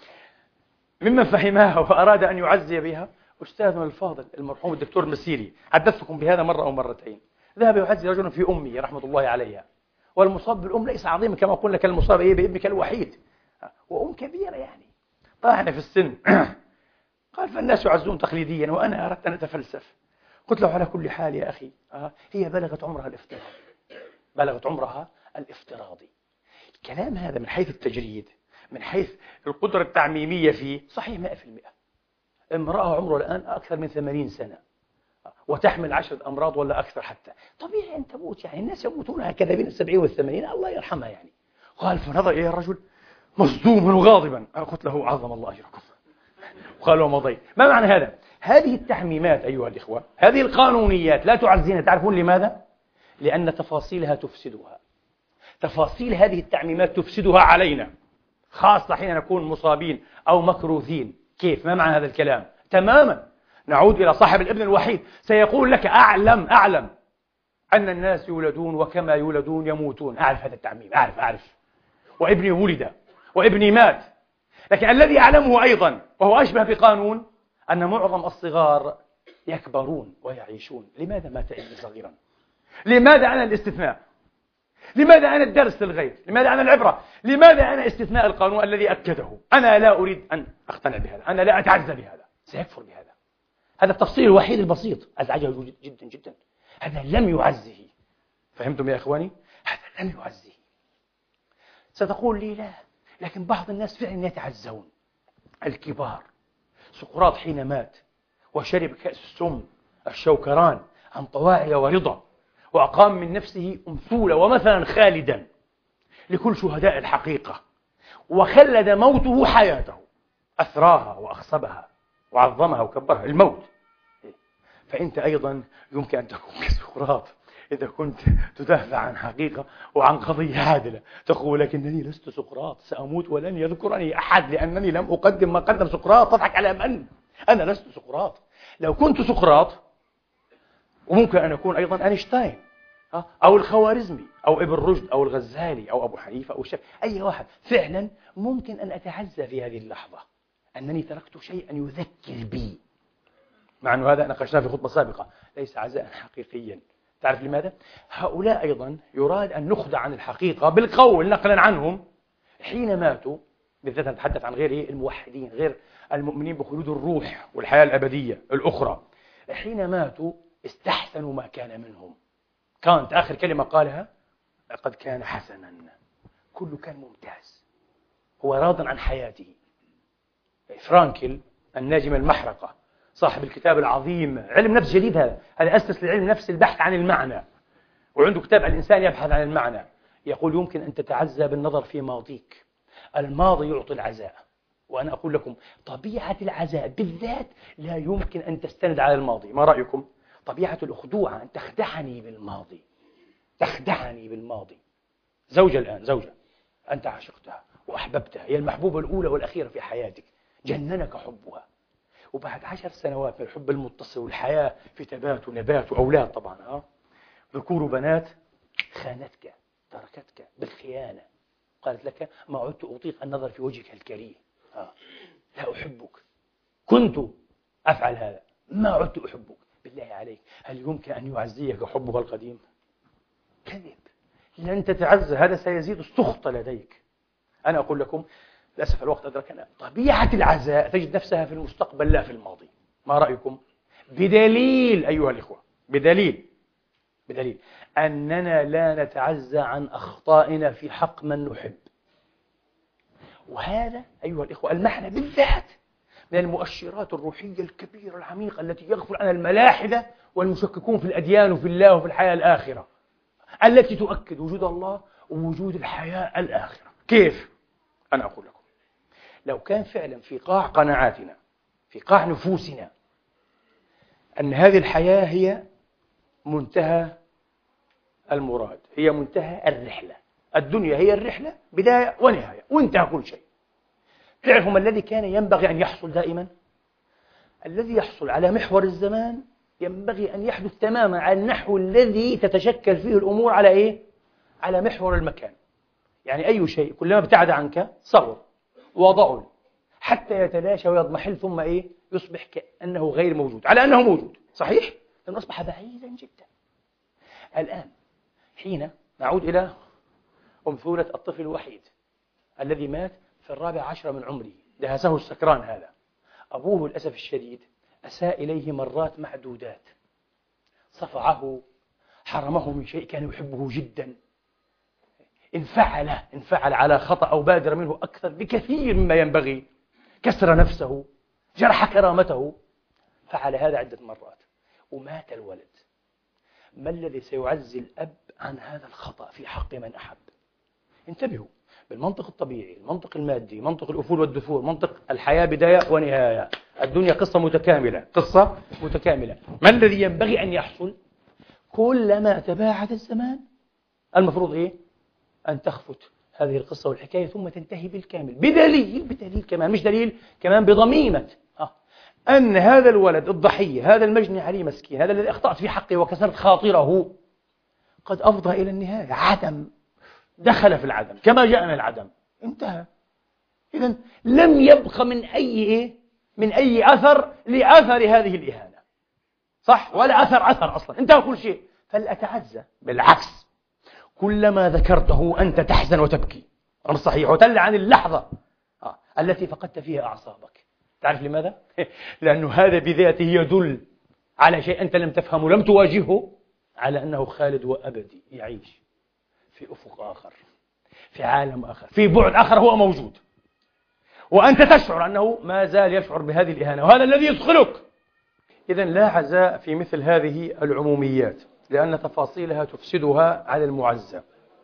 ممن فهمها وأراد أن يعزي بها أستاذنا الفاضل المرحوم الدكتور مسيري، حدثتكم بهذا مرة أو مرتين. ذهب يعزي رجل في أمي رحمة الله عليها، والمصاب بالأم ليس عظيما كما قلنا كالمصاب بابنك الوحيد، وأم كبيرة يعني طاعنة في السن. قال فالناس يعزون تقليديا وأنا أردت أن أتفلسف. قلت له على كل حال يا أخي، هي بلغت عمرها الافتراضي، بلغت عمرها الافتراضي. الكلام هذا من حيث التجريد، من حيث القدرة التعميمية فيه صحيح 100%. امرأة عمره الآن أكثر من 80 سنة وتحمل 10 أمراض ولا أكثر حتى، طبيعي أن تموت، يعني الناس يموتون هكذا بين 70 و80، الله يرحمها يعني. قال فنظر إلى الرجل مصدوما وغاضبا. قلت له عظم الله أجركم، وقال ومضيت. ما معنى هذا؟ هذه التحميمات أيها الإخوة، هذه القانونيات لا تعزينا. تعرفون لماذا؟ لأن تفاصيلها تفسدها، تفاصيل هذه التعميمات تفسدها علينا، خاصة حين نكون مصابين أو مكروثين. كيف؟ ما معنى هذا الكلام؟ تماما. نعود إلى صاحب الابن الوحيد، سيقول لك أعلم أن الناس يولدون وكما يولدون يموتون. أعرف هذا التعميم، أعرف، وابني ولد وابني مات. لكن الذي أعلمه أيضا وهو أشبه بقانون أن معظم الصغار يكبرون ويعيشون. لماذا مات ابني صغيرا؟ لماذا أنا الاستثناء؟ لماذا أنا الدرس للغير؟ لماذا أنا العبرة؟ لماذا أنا استثناء القانون الذي أكده؟ أنا لا أريد أن أقتنع بهذا، أنا لا أتعزى بهذا، سيكفر بهذا. هذا التفصيل الوحيد البسيط أزعجه جدا جدا. هذا لم يعزه. فهمتم يا إخواني؟ هذا لم يعزه. ستقول لي لا، لكن بعض الناس فعلا يتعزون. الكبار، سقراط حين مات وشرب كأس السم الشوكران عن طواعي ورضا، وأقام من نفسه أمثولة ومثلا خالدا لكل شهداء الحقيقة، وخلد موته حياته، أثراها وأخصبها وعظمها وكبرها الموت. فأنت أيضا يمكن أن تكون كسقراط إذا كنت تدافع عن حقيقة وعن قضية عادلة، تقول لكنني لست سقراط، سأموت ولن يذكرني أحد لأنني لم أقدم ما قدم سقراط. تضحك على من؟ أنا لست سقراط. لو كنت سقراط وممكن أن أكون أيضا أينشتاين أو الخوارزمي أو ابن رشد أو الغزالي أو أبو حنيفة أو الشافعي، أي واحد، فعلا ممكن أن أتعزى في هذه اللحظة أنني تركت شيئا يذكر بي. مع أن هذا ناقشناه في خطبة سابقة، ليس عزاء حقيقيا. تعرف لماذا؟ هؤلاء أيضا يراد أن نخدع عن الحقيقة بالقول نقلا عنهم حين ماتوا، بالذات نتحدث عن غير الموحدين، غير المؤمنين بخلود الروح والحياة الأبدية الأخرى. حين ماتوا استحسنوا ما كان منهم. كانت آخر كلمة قالها قد كان حسنا، كله كان ممتاز، هو راض عن حياته. فرانكل الناجم المحرقة صاحب الكتاب العظيم علم نفس جديد، هذا أسس لعلم نفس البحث عن المعنى، وعنده كتاب الإنسان يبحث عن المعنى. يقول يمكن أن تتعزى بالنظر في ماضيك، الماضي يعطي العزاء. وأنا أقول لكم طبيعة العزاء بالذات لا يمكن أن تستند على الماضي. ما رأيكم؟ طبيعة الأخدوع أن تخدعني بالماضي، تخدعني بالماضي. زوجة الآن، زوجة أنت عشقتها وأحببتها، هي المحبوبة الأولى والأخيرة في حياتك، جننك حبها، وبعد 10 سنوات من الحب المتصل والحياة في تبات ونبات وأولاد طبعا ذكور وبنات، خانتك، تركتك بالخيانة، قالت لك ما عدت أطيق النظر في وجهك الكريه، لا أحبك، كنت أفعل هذا، ما عدت أحبك. بالله عليك، هل يمكن أن يعزيك حبك القديم؟ كذب، لن تتعزى، هذا سيزيد السخط لديك. أنا أقول لكم للأسف الوقت أدركنا، طبيعة العزاء تجد نفسها في المستقبل لا في الماضي. ما رأيكم؟ بدليل أيها الإخوة، بدليل أننا لا نتعزى عن أخطائنا في حق من نحب. وهذا أيها الإخوة المعنى بالذات من المؤشرات الروحية الكبيرة العميقة التي يغفل عنها الملاحدة والمشككون في الأديان وفي الله وفي الحياة الآخرة، التي تؤكد وجود الله ووجود الحياة الآخرة. كيف؟ أنا أقول لكم، لو كان فعلا في قاع قناعاتنا، في قاع نفوسنا، أن هذه الحياة هي منتهى المراد، هي منتهى الرحلة، الدنيا هي الرحلة بداية ونهاية وانتهى كل شيء. تعرفوا ما الذي كان ينبغي أن يحصل دائما؟ الذي يحصل على محور الزمان ينبغي أن يحدث تماما على النحو الذي تتشكل فيه الأمور على إيه؟ على محور المكان. يعني أي شيء كلما ابتعد عنك صغر وضعل حتى يتلاشى ويضمحل، ثم إيه؟ يصبح كأنه غير موجود على أنه موجود. صحيح؟ لأنه أصبح بعيدا جدا. الآن حين نعود إلى أمثولة الطفل الوحيد الذي مات في 14 من عمره، دهسه السكران هذا، أبوه للأسف الشديد أساء إليه مرات معدودات، صفعه، حرمه من شيء كان يحبه جدا، انفعل على خطأ أو بادر منه أكثر بكثير مما ينبغي، كسر نفسه، جرح كرامته، فعل هذا عدة مرات ومات الولد. ما الذي سيعزي الأب عن هذا الخطأ في حق من أحب؟ انتبهوا، بالمنطق الطبيعي، المنطق المادي، منطق الأفول والدثور، منطق الحياة بداية ونهاية، الدنيا قصة متكاملة. ما الذي ينبغي أن يحصل؟ كلما تباعد الزمان المفروض إيه؟ أن تخفت هذه القصة والحكاية ثم تنتهي بالكامل، بدليل كمان، مش دليل كمان، بضميمة أن هذا الولد الضحية، هذا المجني عليه مسكين، هذا الذي أخطأت في حقه وكسرت خاطره، قد أفضى إلى النهاية، عدم، دخل في العدم كما جاء من العدم، انتهى. إذن لم يبق من أي أثر لأثر هذه الإهانة، صح؟ ولا أثر أصلا، انتهى كل شيء. فلأتعزى. بالعكس، كلما ذكرته أنت تحزن وتبكي. أمر صحيح، وتل عن اللحظة التي فقدت فيها أعصابك. تعرف لماذا؟ لأنه هذا بذاته يدل على شيء أنت لم تفهمه، لم تواجهه، على أنه خالد وأبدي، يعيش في أفق آخر، في عالم آخر، في بعد آخر هو موجود، وأنت تشعر أنه ما زال يشعر بهذه الإهانة، وهذا الذي يدخلك. إذن لا عزاء في مثل هذه العموميات، لأن تفاصيلها تفسدها على المعزى.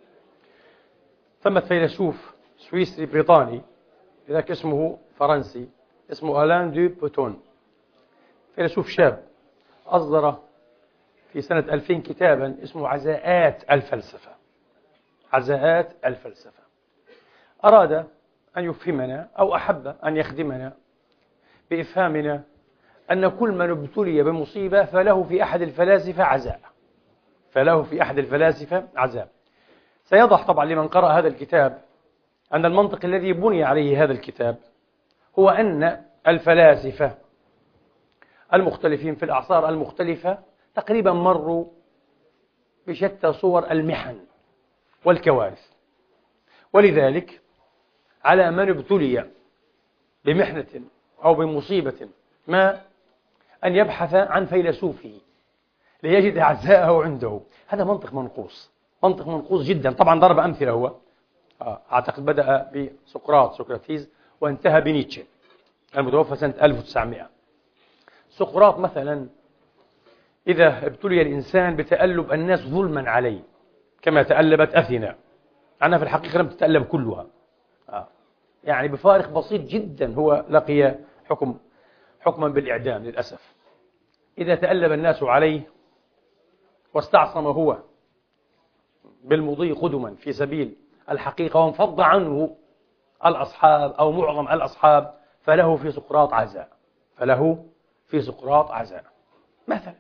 ثمة فيلسوف سويسري بريطاني، ذاك اسمه فرنسي، اسمه ألان دو بوتون، فيلسوف شاب، أصدر في سنة 2000 كتابا اسمه عزاءات الفلسفة. عزاءات الفلسفة. أراد أن يفهمنا، أو أحب أن يخدمنا بإفهامنا، أن كل من ابتلي بمصيبة فله في أحد الفلاسفة عزاء، فله في أحد الفلاسفة عزاء. سيضح طبعا لمن قرأ هذا الكتاب أن المنطق الذي بني عليه هذا الكتاب هو أن الفلاسفة المختلفين في الأعصار المختلفة تقريبا مروا بشتى صور المحن والكوارث، ولذلك على من ابتلي بمحنة أو بمصيبة ما أن يبحث عن فيلسوفه ليجد عزاءه عنده. هذا منطق منقوص، منطق منقوص جدا. طبعا ضرب أمثلة هو، أعتقد بدأ سقراطيس وانتهى بنيتشه المتوفى سنة 1900. سقراط مثلا إذا ابتلي الإنسان بتألب الناس ظلما عليه كما تألبت أثينا، أنا في الحقيقة لم تتألب كلها، يعني بفارق بسيط جدا هو لقي حكما بالإعدام للأسف. إذا تألب الناس عليه واستعصم هو بالمضي قدما في سبيل الحقيقة وانفض عنه الأصحاب أو معظم الأصحاب، فله في سقراط عزاء، فله في سقراط عزاء. مثلا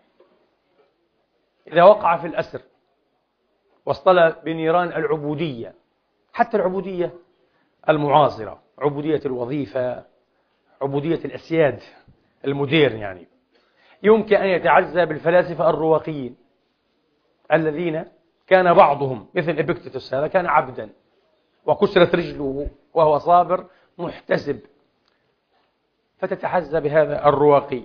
إذا وقع في الأسر واصطلى بنيران العبودية، حتى العبودية المعاصرة، عبودية الوظيفة، عبودية الأسياد المدير، يعني يمكن أن يتعزى بالفلاسفة الرواقيين الذين كان بعضهم مثل إبيكتيتوس، هذا كان عبدا وكسرت رجله وهو صابر محتسب، فتتعزى بهذا الرواقي.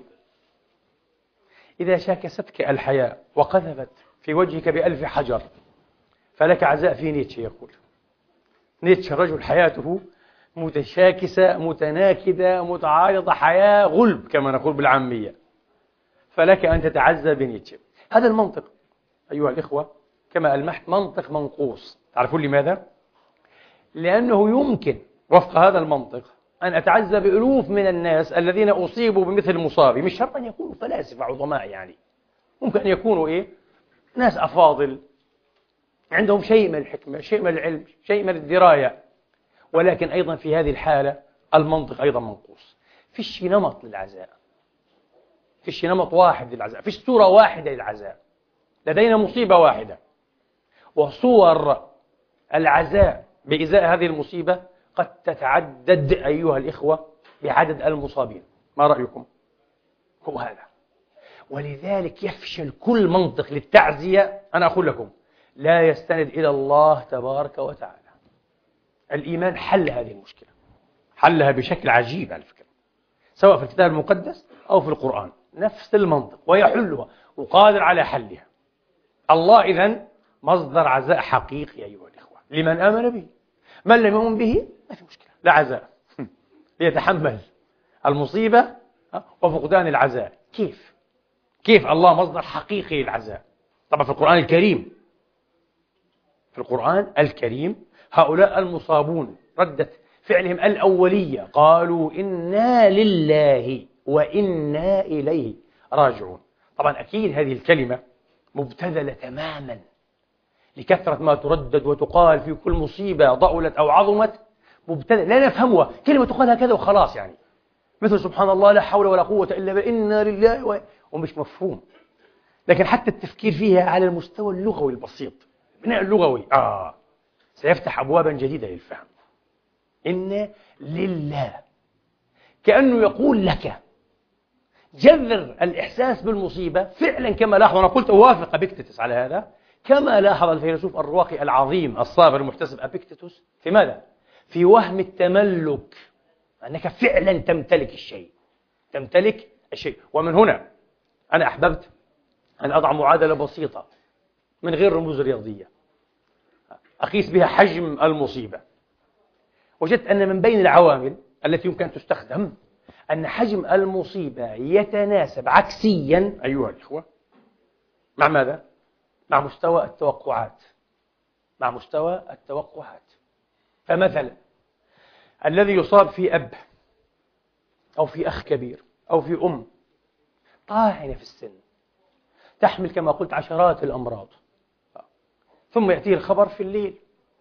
إذا شاكستك الحياة وقذفت في وجهك بألف حجر فلك عزاء في نيتشه. يقول نيتشه رجل حياته متشاكسة متناكدة متعارضة، حياة غلب كما نقول بالعامية، فلك أن تتعزى بنيتشه. هذا المنطق أيها الإخوة كما ألمحت منطق منقوص. تعرفون لماذا؟ لأنه يمكن وفق هذا المنطق أن أتعزى بألوف من الناس الذين أصيبوا بمثل مصابي، مش شرط أن يكونوا فلاسفة عظماء، يعني ممكن أن يكونوا ناس أفاضل عندهم شيء من الحكمة، شيء من العلم، شيء من الدراية، ولكن أيضا في هذه الحالة المنطق أيضا منقوص. فيش نمط للعزاء، فيش نمط واحد للعزاء، فيش صورة واحدة للعزاء. لدينا مصيبة واحدة، وصور العزاء بإزاء هذه المصيبة قد تتعدد أيها الإخوة بعدد المصابين. ما رأيكم؟ هو هذا. ولذلك يفشل كل منطق للتعزية. أنا أقول لكم لا يستند إلى الله تبارك وتعالى. الإيمان حل هذه المشكلة، حلها بشكل عجيب على فكرة، سواء في الكتاب المقدس أو في القرآن، نفس المنطق ويحلها وقادر على حلها. الله إذن مصدر عزاء حقيقي أيها الإخوة لمن آمن به. من لم يؤمن به ما في مشكلة، لا عزاء يتحمل المصيبة وفقدان العزاء. كيف الله مصدر حقيقي للعزاء؟ طبعا في القرآن الكريم، في القرآن الكريم هؤلاء المصابون ردة فعلهم الأولية قالوا إنا لله وإنا إليه راجعون. طبعا أكيد هذه الكلمة مبتذلة تماما لكثرة ما تردد وتقال في كل مصيبة ضألت أو عظمت، مبتذلة لا نفهمها، كلمة تقال هكذا وخلاص، يعني مثل سبحان الله لا حول ولا قوة إلا بالله إنا لله ومش مفهوم. لكن حتى التفكير فيها على المستوى اللغوي البسيط، البناء اللغوي سيفتح أبوابا جديدة للفهم. إن لله كأنه يقول لك جذر الإحساس بالمصيبة فعلا كما لاحظ، وأنا قلت أوافق أبيكتيتس على هذا، كما لاحظ الفيلسوف الرواقي العظيم الصابر المحتسب أبيكتيتوس في ماذا؟ في وهم التملك، أنك فعلا تمتلك الشيء، تمتلك الشيء. ومن هنا أنا أحببت أن أضع معادلة بسيطة من غير رموز رياضية أقيس بها حجم المصيبة. وجدت أن من بين العوامل التي يمكن أن تستخدم أن حجم المصيبة يتناسب عكسيا أيها الإخوة مع ماذا؟ مع مستوى التوقعات، مع مستوى التوقعات. فمثلا الذي يصاب في أب أو في أخ كبير أو في أم طاعنة في السن تحمل كما قلت عشرات الأمراض، ثم يأتيه الخبر في الليل: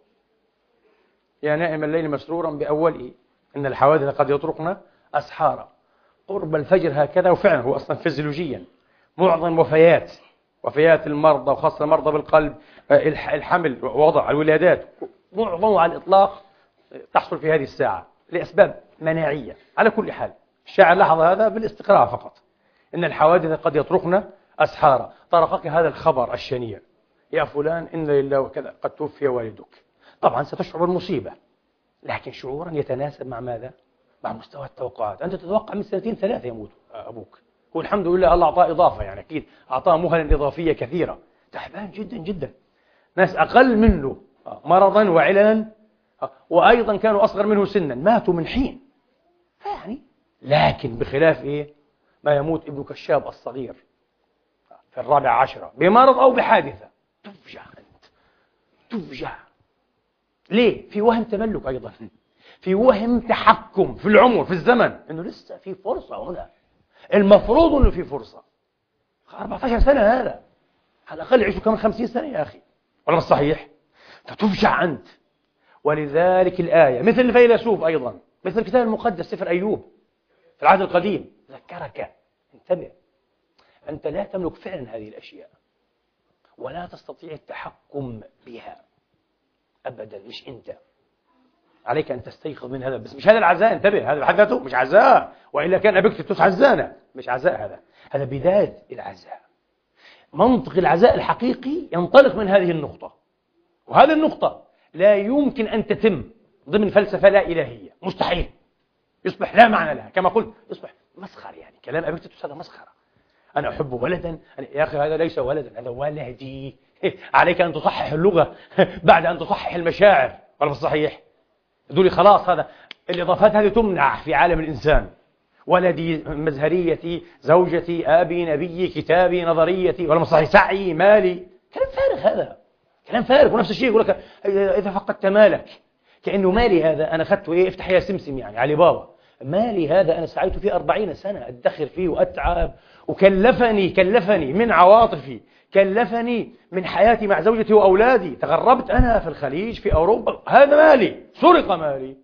يا نائم الليل مسرورا بأوله إن الحوادث قد يطرقن أسحارا. قرب الفجر هكذا، وفعلا هو أصلا فيزيولوجيا معظم وفيات المرضى وخاصة المرضى بالقلب، الحمل ووضع الولادات، معظمها على الإطلاق تحصل في هذه الساعة لأسباب مناعية. على كل حال الشاعر لاحظ هذا بالاستقراء فقط، إن الحوادث قد يطرقن أسحارا. طرقك هذا الخبر الشنيع: يا فلان إن لله وكذا قد توفي والدك. طبعا ستشعر بالمصيبة، لكن شعورا يتناسب مع ماذا؟ مع مستوى التوقعات. أنت تتوقع من 2-3 يموت أبوك، والحمد لله الله أعطاه إضافة، يعني أكيد أعطاه مهلا إضافية كثيرة. تعبان جدا جدا، ناس أقل منه مرضا وعللا وأيضا كانوا أصغر منه سنا ماتوا من حين. يعني لكن بخلاف ما يموت ابنك الشاب الصغير في 14 بمرض أو بحادثة، تفجع أنت، تفجع. ليه؟ في وهم تملك أيضا، في وهم تحكم في العمر، في الزمن، أنه لسه في فرصة هنا، المفروض أنه في فرصة. 14 سنة هذا على الأقل يعيشوا كمان 50 سنة يا أخي، ولا مش صحيح؟ فتفجع أنت. ولذلك الآية مثل الفيلسوف أيضا، مثل الكتاب المقدس سفر أيوب في العهد القديم، ذكرك: انتبه، أنت لا تملك فعلا هذه الأشياء ولا تستطيع التحكم بها أبدا، مش أنت. عليك أن تستيقظ من هذا، بس مش هذا العزاء، انتبه، هذا بحد ذاته مش عزاء، وإلا كان أبيكتيتوس عزانا، مش عزاء، هذا بداية العزاء. منطق العزاء الحقيقي ينطلق من هذه النقطة، وهذه النقطة لا يمكن أن تتم ضمن فلسفة لا إلهية، مستحيل، يصبح لا معنى لها، كما قلت يصبح مسخر. يعني كلام أبيكتيتوس هذا مسخرة. أنا أحب ولدا، يا أخي هذا ليس ولدا، هذا ولدي. عليك أن تصحح اللغة بعد أن تصحح المشاعر، ولا مش صحيح؟ يقولوا لي خلاص هذا الإضافات هذه تمنع في عالم الإنسان. ولدي، مزهريتي، زوجتي، أبي، نبيي، كتابي، نظريتي، ولا مش صحيح؟ سعي، مالي. كلام فارغ هذا، كلام فارغ. ونفس الشيء يقول لك إذا فقدت مالك، كأنه مالي هذا أنا أخذته افتح يا سمسم، يعني علي بابا. مالي هذا أنا سعيت فيه 40 سنة أدخر فيه وأتعب، وكلفني من عواطفي، كلفني من حياتي مع زوجتي وأولادي، تغربت أنا في الخليج في أوروبا، هذا مالي، سرق مالي،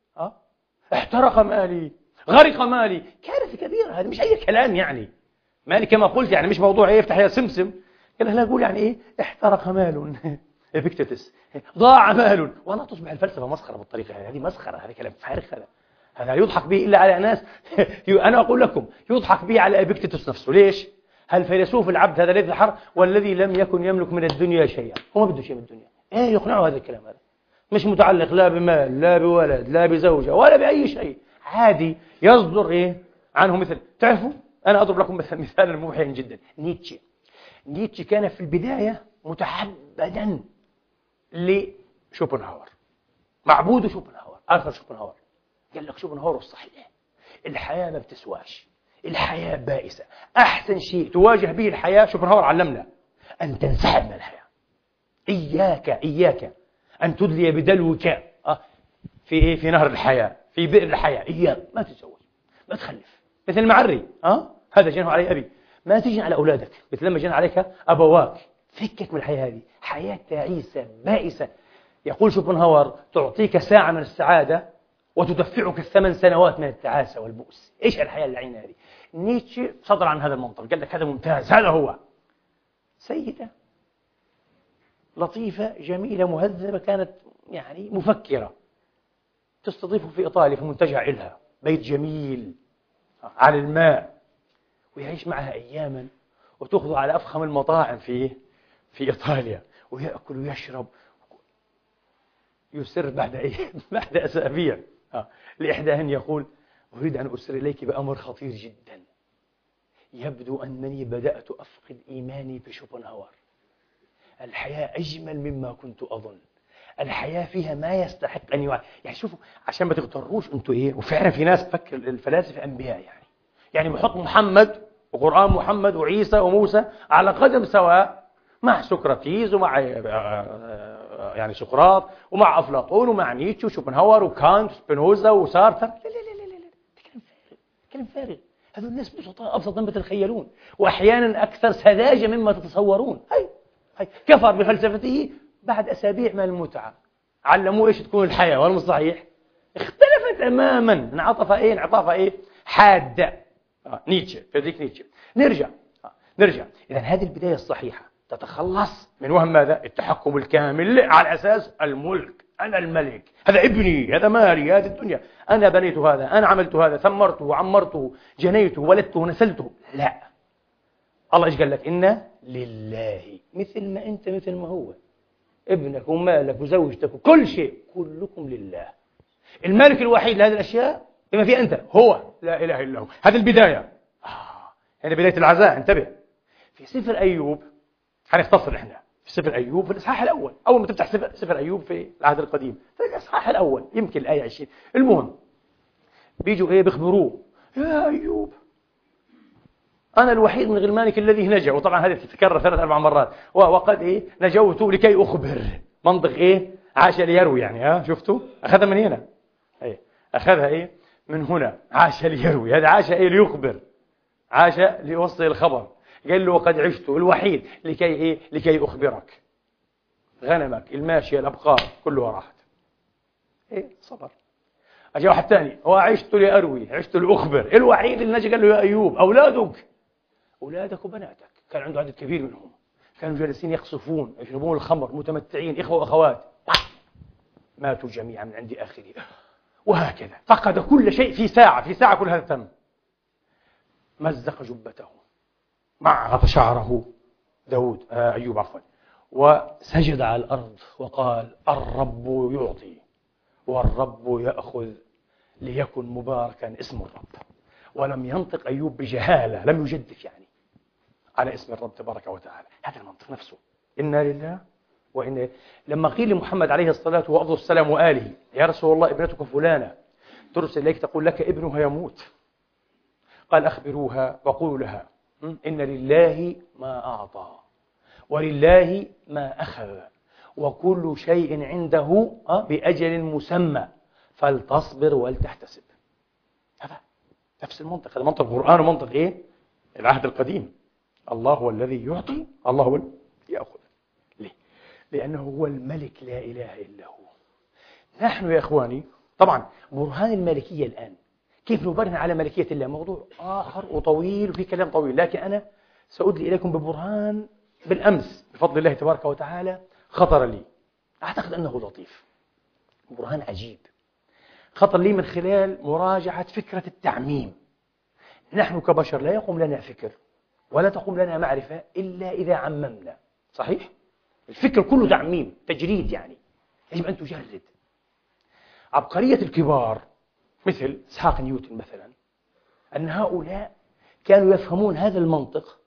احترق مالي، غرق مالي، كارثة كبيرة. هذا مش أي كلام، يعني مالي كما قلت، يعني مش موضوع يفتح يا سمسم. لا أقول يعني احترق مال ابيكتيتس، ضاع مال، ولا تصبح الفلسفة مسخرة بالطريقة هذه، مسخرة، هذا كلام فارغ. هذا يضحك به إلا على ناس أنا أقول لكم يضحك به على ابيكتيتوس نفسه. ليش؟ هل فيلسوف العبد هذا الذي حر والذي لم يكن يملك من الدنيا شيئا، هو ما بده شيء من الدنيا، يقنعه هذا الكلام؟ هذا مش متعلق لا بمال لا بولد لا بزوجة ولا بأي شيء، عادي يصدر عنه. مثل تعرفوا، أنا أضرب لكم مثالا موحيا جدا. نيتشه كان في البداية متعبدا لشوبنهاور، معبود شوبنهاور، آرثر شوبنهاور. قال لك شوبنهاور الصحيح، الحياة ما بتسواش، الحياة بائسة، أحسن شيء تواجه به الحياة، شوبنهاور علمنا، أن تنسحب من الحياة. إياك أن تدلي بدلوك في نهر الحياة، في بئر الحياة. إياك ما تتزوج، ما تخلف، مثل المعري، هذا جنه علي أبي، ما تجن على أولادك مثل لما جن عليك أبواك. فكك من الحياة هذه، حياة تعيسة بائسة. يقول شوبنهاور تعطيك ساعة من السعادة وتدفعك 8 سنوات من التعاسة والبؤس. إيش الحياة اللعينة هذه؟ نيتشه صدر عن هذا المنطق، قال لك هذا ممتاز، هذا هو. سيدة لطيفة جميلة مهذبة، كانت يعني مفكرة، تستضيفه في إيطاليا في منتجع إلها، بيت جميل على الماء، ويعيش معها أياما، وتأخذه على أفخم المطاعم في إيطاليا، ويأكل ويشرب، يسر بعد بعد أسابيع لإحداهن يقول: أريد أن أسر إليك بأمر خطير جدا، يبدو أنني بدأت أفقد إيماني بشوبنهاور. الحياة أجمل مما كنت أظن، الحياة فيها ما يستحق أن يعني شوفوا، عشان ما تغتروش أنتوا وفعلا في ناس تفكر الفلاسفة أنبياء، يعني بحط محمد وقرآن محمد وعيسى وموسى على قدم سواء مع سقراطيس ومع يعني سقراط ومع أفلاطون ومع نيتشه وشوبنهاور وكانت وسبينوزا وسارتر. لا لا لا لا لا، كلام فارغ، كلام فارغ. هذول الناس بسطاء أبسط مما تتخيلون، وأحيانا أكثر سذاجة مما تتصورون. هاي كفر بفلسفته بعد أسابيع من المتعة. علموه إيش تكون الحياة، والله صحيح اختلفت تماما. انعطاف حادة. نيتشه، فريدريك نيتشه. نرجع. إذا هذه البداية الصحيحة تتخلص من وهم ماذا؟ التحكم الكامل على أساس الملك. أنا الملك، هذا ابني، هذا مالي، هذه الدنيا، أنا بنيت هذا، أنا عملت هذا، ثمرته وعمرته، جنيته ولدته ونسلته. لا، الله إيش قال لك؟ إن لله، مثل ما أنت مثل ما هو، ابنك ومالك وزوجتك وكل شيء، كلكم لله. المالك الوحيد لهذه الأشياء بما فيه أنت هو لا إله إلا هو. هذه البداية. هنا بداية العزاء. انتبه، في سفر أيوب، هنختصر إحنا في سفر أيوب في الإصحاح الأول. أول ما تفتح سفر أيوب في العهد القديم في الإصحاح الأول، يمكن الآية 20. المهم بيجوا بيخبروه: يا أيوب، أنا الوحيد من غلمانك الذي نجا. وطبعا هذه تتكرر 3-4 مرات. وقد نجوت لكي أخبر. منطق عاش ليروي، يعني شفتوا؟ أخذها من هنا. أخذها من هنا. عاش ليروي، هذا عاش ليخبر، عاش ليوصل الخبر. قال له: وقد عشت الوحيد لكي أخبرك. غنمك، الماشية، الأبقار كلها راحت. صبر. أجا واحد ثاني: وعشت لأروي، عشت لأخبر. الوحيد اللي نجا قال له: يا أيوب، أولادك وبناتك، كان عنده عدد كبير منهم، كانوا جالسين يقصفون، يشربون الخمر، متمتعين، إخوة وأخوات، ماتوا جميعا من عند آخره. وهكذا فقد كل شيء في ساعة كل هذا تم. مزق جبته، معغط شعره أيوب وسجد على الأرض وقال: الرب يعطي والرب يأخذ، ليكن مباركا اسم الرب. ولم ينطق أيوب بجهالة، لم يجدف على اسم الرب تبارك وتعالى. هذا المنطق نفسه، إنا لله وإنا. لما قيل لمحمد عليه الصلاة والسلام وآله: يا رسول الله، ابنتك فلانة ترسل إليك تقول لك ابنها يموت، قال: أخبروها وقولوا لها: إن لله ما أعطى ولله ما أخذ وكل شيء عنده بأجل مسمى، فلتصبر ولتحتسب. هذا نفس المنطق، هذا منطق القرآن ومنطق العهد القديم. الله هو الذي يعطي، الله هو الذي يأخذ. ليه؟ لأنه هو الملك، لا إله إلا هو. نحن يا إخواني، طبعا برهان الملكية الآن، كيف نبرهن على ملكية الله، موضوع آخر وطويل وفي كلام طويل، لكن أنا سأدلي إليكم ببرهان بالأمس بفضل الله تبارك وتعالى خطر لي، أعتقد أنه لطيف، برهان عجيب خطر لي من خلال مراجعة فكرة التعميم. نحن كبشر لا يقوم لنا فكر ولا تقوم لنا معرفة إلا إذا عممنا. صحيح؟ الفكر كله تعميم، تجريد، يعني يجب أن تجرد. عبقرية الكبار مثل إسحاق نيوتن مثلا، أن هؤلاء كانوا يفهمون هذا المنطق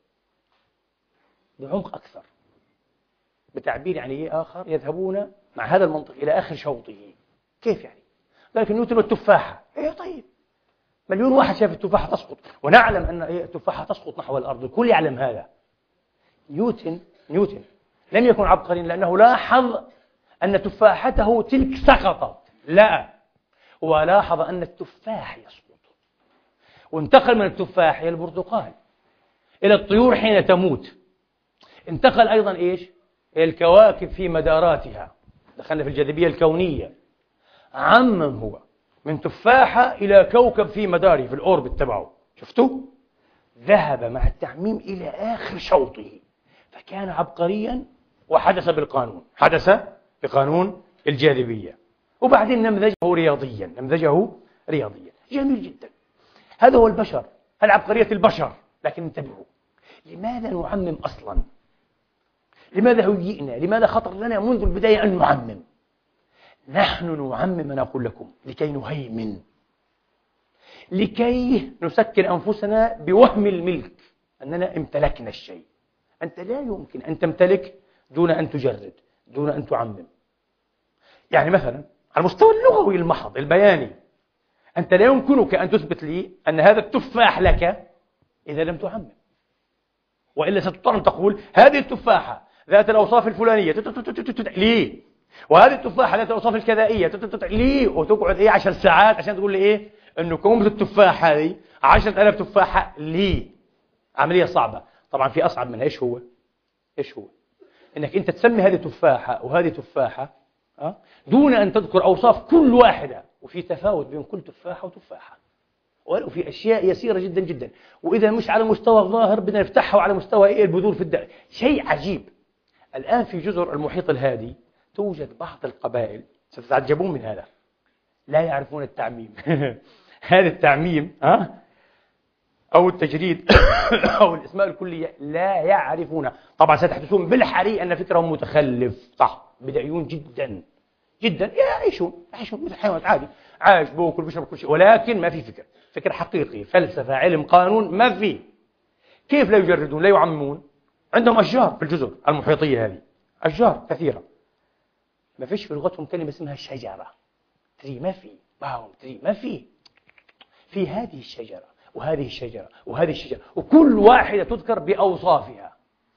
بعمق أكثر، بتعبير آخر، يذهبون مع هذا المنطق إلى آخر شوطه. كيف يعني؟ لكن نيوتن والتفاحة، طيب، مليون واحد شاف التفاحة تسقط، ونعلم أن التفاحة تسقط نحو الأرض، الكل يعلم هذا. نيوتن لم يكن عبقريا لأنه لاحظ أن تفاحته تلك سقطت، لا، ولاحظ أن التفاح يسقط، وانتقل من التفاح إلى البرتقال، إلى الطيور حين تموت، انتقل أيضا إلى الكواكب في مداراتها، دخلنا في الجاذبية الكونية. عمم هو من تفاحة إلى كوكب في مداره، في الأوربت تبعه. شفتوا؟ ذهب مع التعميم إلى آخر شوطه، فكان عبقريا وحدث بالقانون، حدث بقانون الجاذبية، وبعدين نمذجه رياضيا. جميل جدا. هذا هو البشر، هذا عبقرية البشر. لكن انتبهوا، لماذا نعمم أصلا؟ لماذا هيئنا؟ لماذا خطر لنا منذ البداية أن نعمم؟ نحن نعمم، أنا أقول لكم، لكي نهيمن، لكي نسكن أنفسنا بوهم الملك، أننا امتلكنا الشيء. أنت لا يمكن أن تمتلك دون أن تجرد، دون أن تعمم. يعني مثلا على المستوى اللغوي المحض البياني، أنت لا يمكنك أن تثبت لي أن هذا التفاح لك إذا لم تعمم، وإلا ستضطر أن تقول هذه التفاحة ذات الأوصاف الفلانية ليه، وهذه التفاحة ذات الأوصاف الكذائية ليه، وتقعد 10 ساعات عشان تقول لي أنه كومة التفاحة هذه 10,000 تفاحة ليه. عملية صعبة. طبعا في أصعب منها. إيش هو؟ إنك أنت تسمي هذه تفاحة وهذه تفاحة دون أن تذكر أوصاف كل واحدة، وفي تفاوت بين كل تفاحة وتفاحة، ولو في أشياء يسيرة جدا جدا، وإذا مش على مستوى الظاهر بدنا نفتحها على مستوى البذور في الداخل. شيء عجيب. الآن في جزر المحيط الهادي توجد بعض القبائل، ستتعجبون من هذا، لا يعرفون التعميم. هذا التعميم أو التجريد أو الأسماء الكلية لا يعرفونها. طبعا ستحدثون بالحري أن فكرهم متخلف، صح، بدعيون جدا جدا، يعيشون مثل حيوانات عادي، عايش بوكل بيشرب كل شيء، ولكن ما في فكر حقيقي، فلسفة، علم، قانون، ما في. كيف لا يجردون، لا يعممون؟ عندهم أشجار في الجزر المحيطية هذه، أشجار كثيرة، ما فيش في لغتهم كلمة اسمها شجرة تري، ما في باوم تري، ما في هذه الشجرة وهذه الشجرة وهذه الشجرة، وكل واحدة تذكر بأوصافها،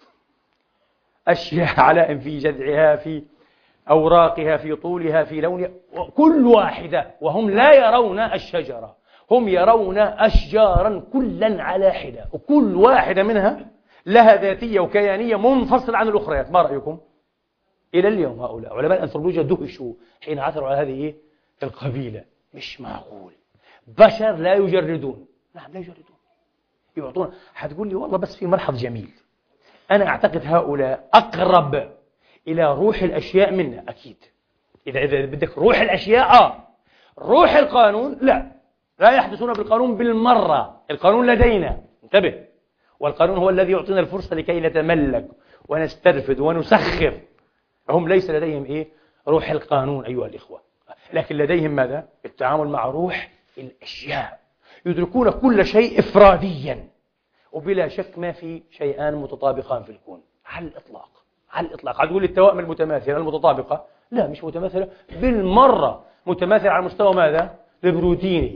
أشياء علائم في جذعها، في أوراقها، في طولها، في لونها، كل واحدة، وهم لا يرون الشجرة، هم يرون أشجارا كلا على حدة، وكل واحدة منها لها ذاتية وكيانية منفصلة عن الأخريات. ما رأيكم؟ إلى اليوم هؤلاء علماء الأنثروبولوجيا دهشوا حين عثروا على هذه القبيلة. مش معقول، بشر لا يجردون. نعم لا يجردون، يعطون. حتقول لي والله بس في ملحظ جميل، أنا أعتقد هؤلاء أقرب إلى روح الأشياء منا. أكيد إذا بدك روح الأشياء روح القانون لا يحدثون بالقانون بالمرة. القانون لدينا، انتبه، والقانون هو الذي يعطينا الفرصة لكي نتملك ونسترفد ونسخر. هم ليس لديهم روح القانون أيها الإخوة، لكن لديهم ماذا؟ التعامل مع روح الأشياء. يدركون كل شيء إفراديا، وبلا شك ما في شيئان متطابقان في الكون على الإطلاق. هتقول التوائم المتماثلة المتطابقة، لا مش متماثلة بالمرة. متماثلة على مستوى ماذا؟ البروتيني،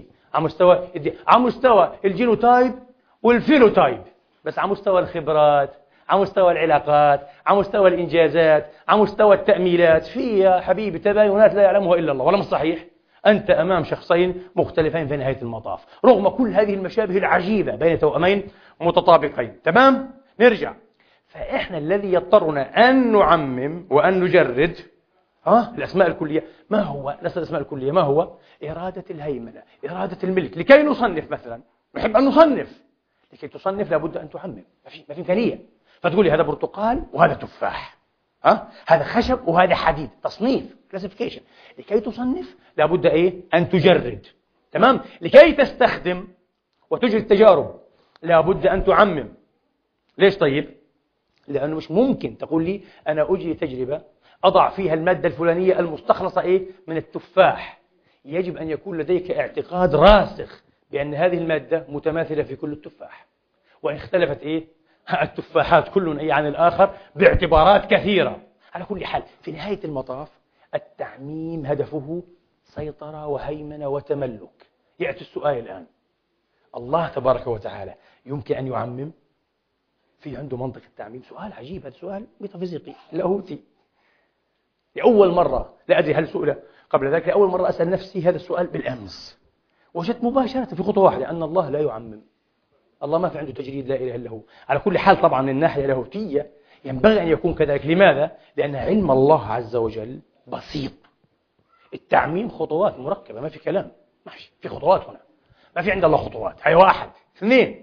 على مستوى الجينوتايب والفينوتايب، بس على مستوى الخبرات، على مستوى العلاقات، على مستوى الإنجازات، على مستوى التأميلات، في يا حبيبي تباينات لا يعلمها إلا الله. ولا مش صحيح؟ أنت أمام شخصين مختلفين في نهاية المطاف، رغم كل هذه المشابه العجيبة بين توأمين متطابقين. تمام؟ نرجع. فإحنا الذي يضطرنا أن نعمم وأن نجرد الأسماء الكلية. ما هو نسأل الأسماء الكلية؟ ما هو؟ إرادة الهيمنة، إرادة الملك. لكي نصنف مثلا، نحب أن نصنف، لكي تصنف لابد أن تعمم. ما في إمكانية. فتقول لي هذا برتقال وهذا تفاح، هذا خشب وهذا حديد. تصنيف، كلاسيفيكيشن. لكي تصنف لابد أن تجرد. تمام؟ لكي تستخدم وتجري التجارب لابد أن تعمم. ليش طيب؟ لأنه مش ممكن تقول لي أنا أجري تجربة أضع فيها المادة الفلانية المستخلصة من التفاح. يجب أن يكون لديك اعتقاد راسخ بأن هذه المادة متماثلة في كل التفاح، وإن اختلفت التفاحات كل عن الآخر باعتبارات كثيرة. على كل حال في نهاية المطاف التعميم هدفه سيطرة وهيمنة وتملك. يأتي السؤال الآن، الله تبارك وتعالى يمكن أن يعمم؟ في عنده منطق التعميم؟ سؤال عجيب، هذا سؤال ميتافيزيقي لاهوتي. لأول مرة، لا أدري هل سئل قبل ذلك، لأول مرة أسأل نفسي هذا السؤال بالأمس، وجدت مباشرة في خطوة واحدة أن الله لا يعمم. الله ما في عنده تجريد، لا إله إلا هو. على كل حال طبعا من الناحية اللاهوتية ينبغي أن يكون كذلك. لماذا؟ لأن علم الله عز وجل بسيط. التعميم خطوات مركبة، ما في كلام، ماشي في خطوات هنا، ما في عند الله خطوات. هي واحد اثنين.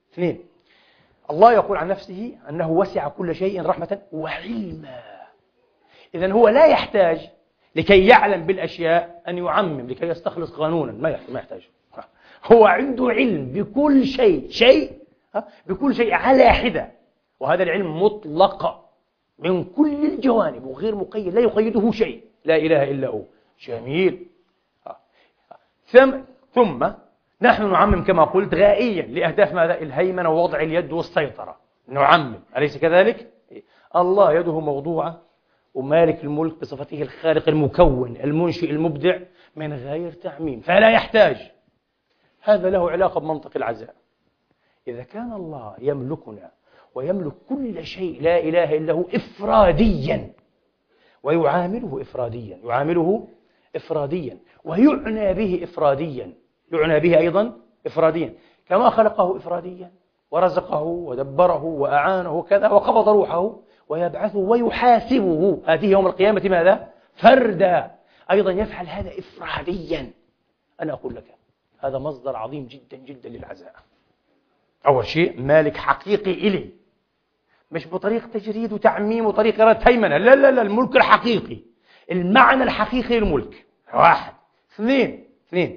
الله يقول عن نفسه أنه وسع كل شيء رحمة وعلما. إذن هو لا يحتاج لكي يعلم بالأشياء أن يعمم، لكي يستخلص قانونا، ما يحتاج. هو عنده علم بكل شيء بكل شيء على حدة. وهذا العلم مطلق من كل الجوانب وغير مقيد، لا يقيده شيء، لا إله إلا هو. جميل. ثم نحن نعمم كما قلت غائيا لأهداف ماذا؟ الهيمنة ووضع اليد والسيطرة. نعمم، أليس كذلك؟ الله يده موضوعة ومالك الملك بصفته الخالق المكون المنشئ المبدع من غير تعميم، فلا يحتاج. هذا له علاقة بمنطق العزاء. إذا كان الله يملكنا ويملك كل شيء لا إله إلا هو إفراديا، ويعامله إفراديا، يعامله إفراديا، ويعنى به إفراديا، يعنى به أيضا إفراديا، كما خلقه إفراديا ورزقه ودبره وأعانه وكذا وقبض روحه ويبعثه ويحاسبه آتيه يوم القيامة ماذا؟ فردا، أيضا يفعل هذا إفراديا. أنا أقول لك هذا مصدر عظيم جدا جدا للعزاء. أول شيء مالك حقيقي إلي، مش بطريق تجريد وتعميم وطريقة تيمنة، لا لا لا، الملك الحقيقي، المعنى الحقيقي للملك. واحد. اثنين،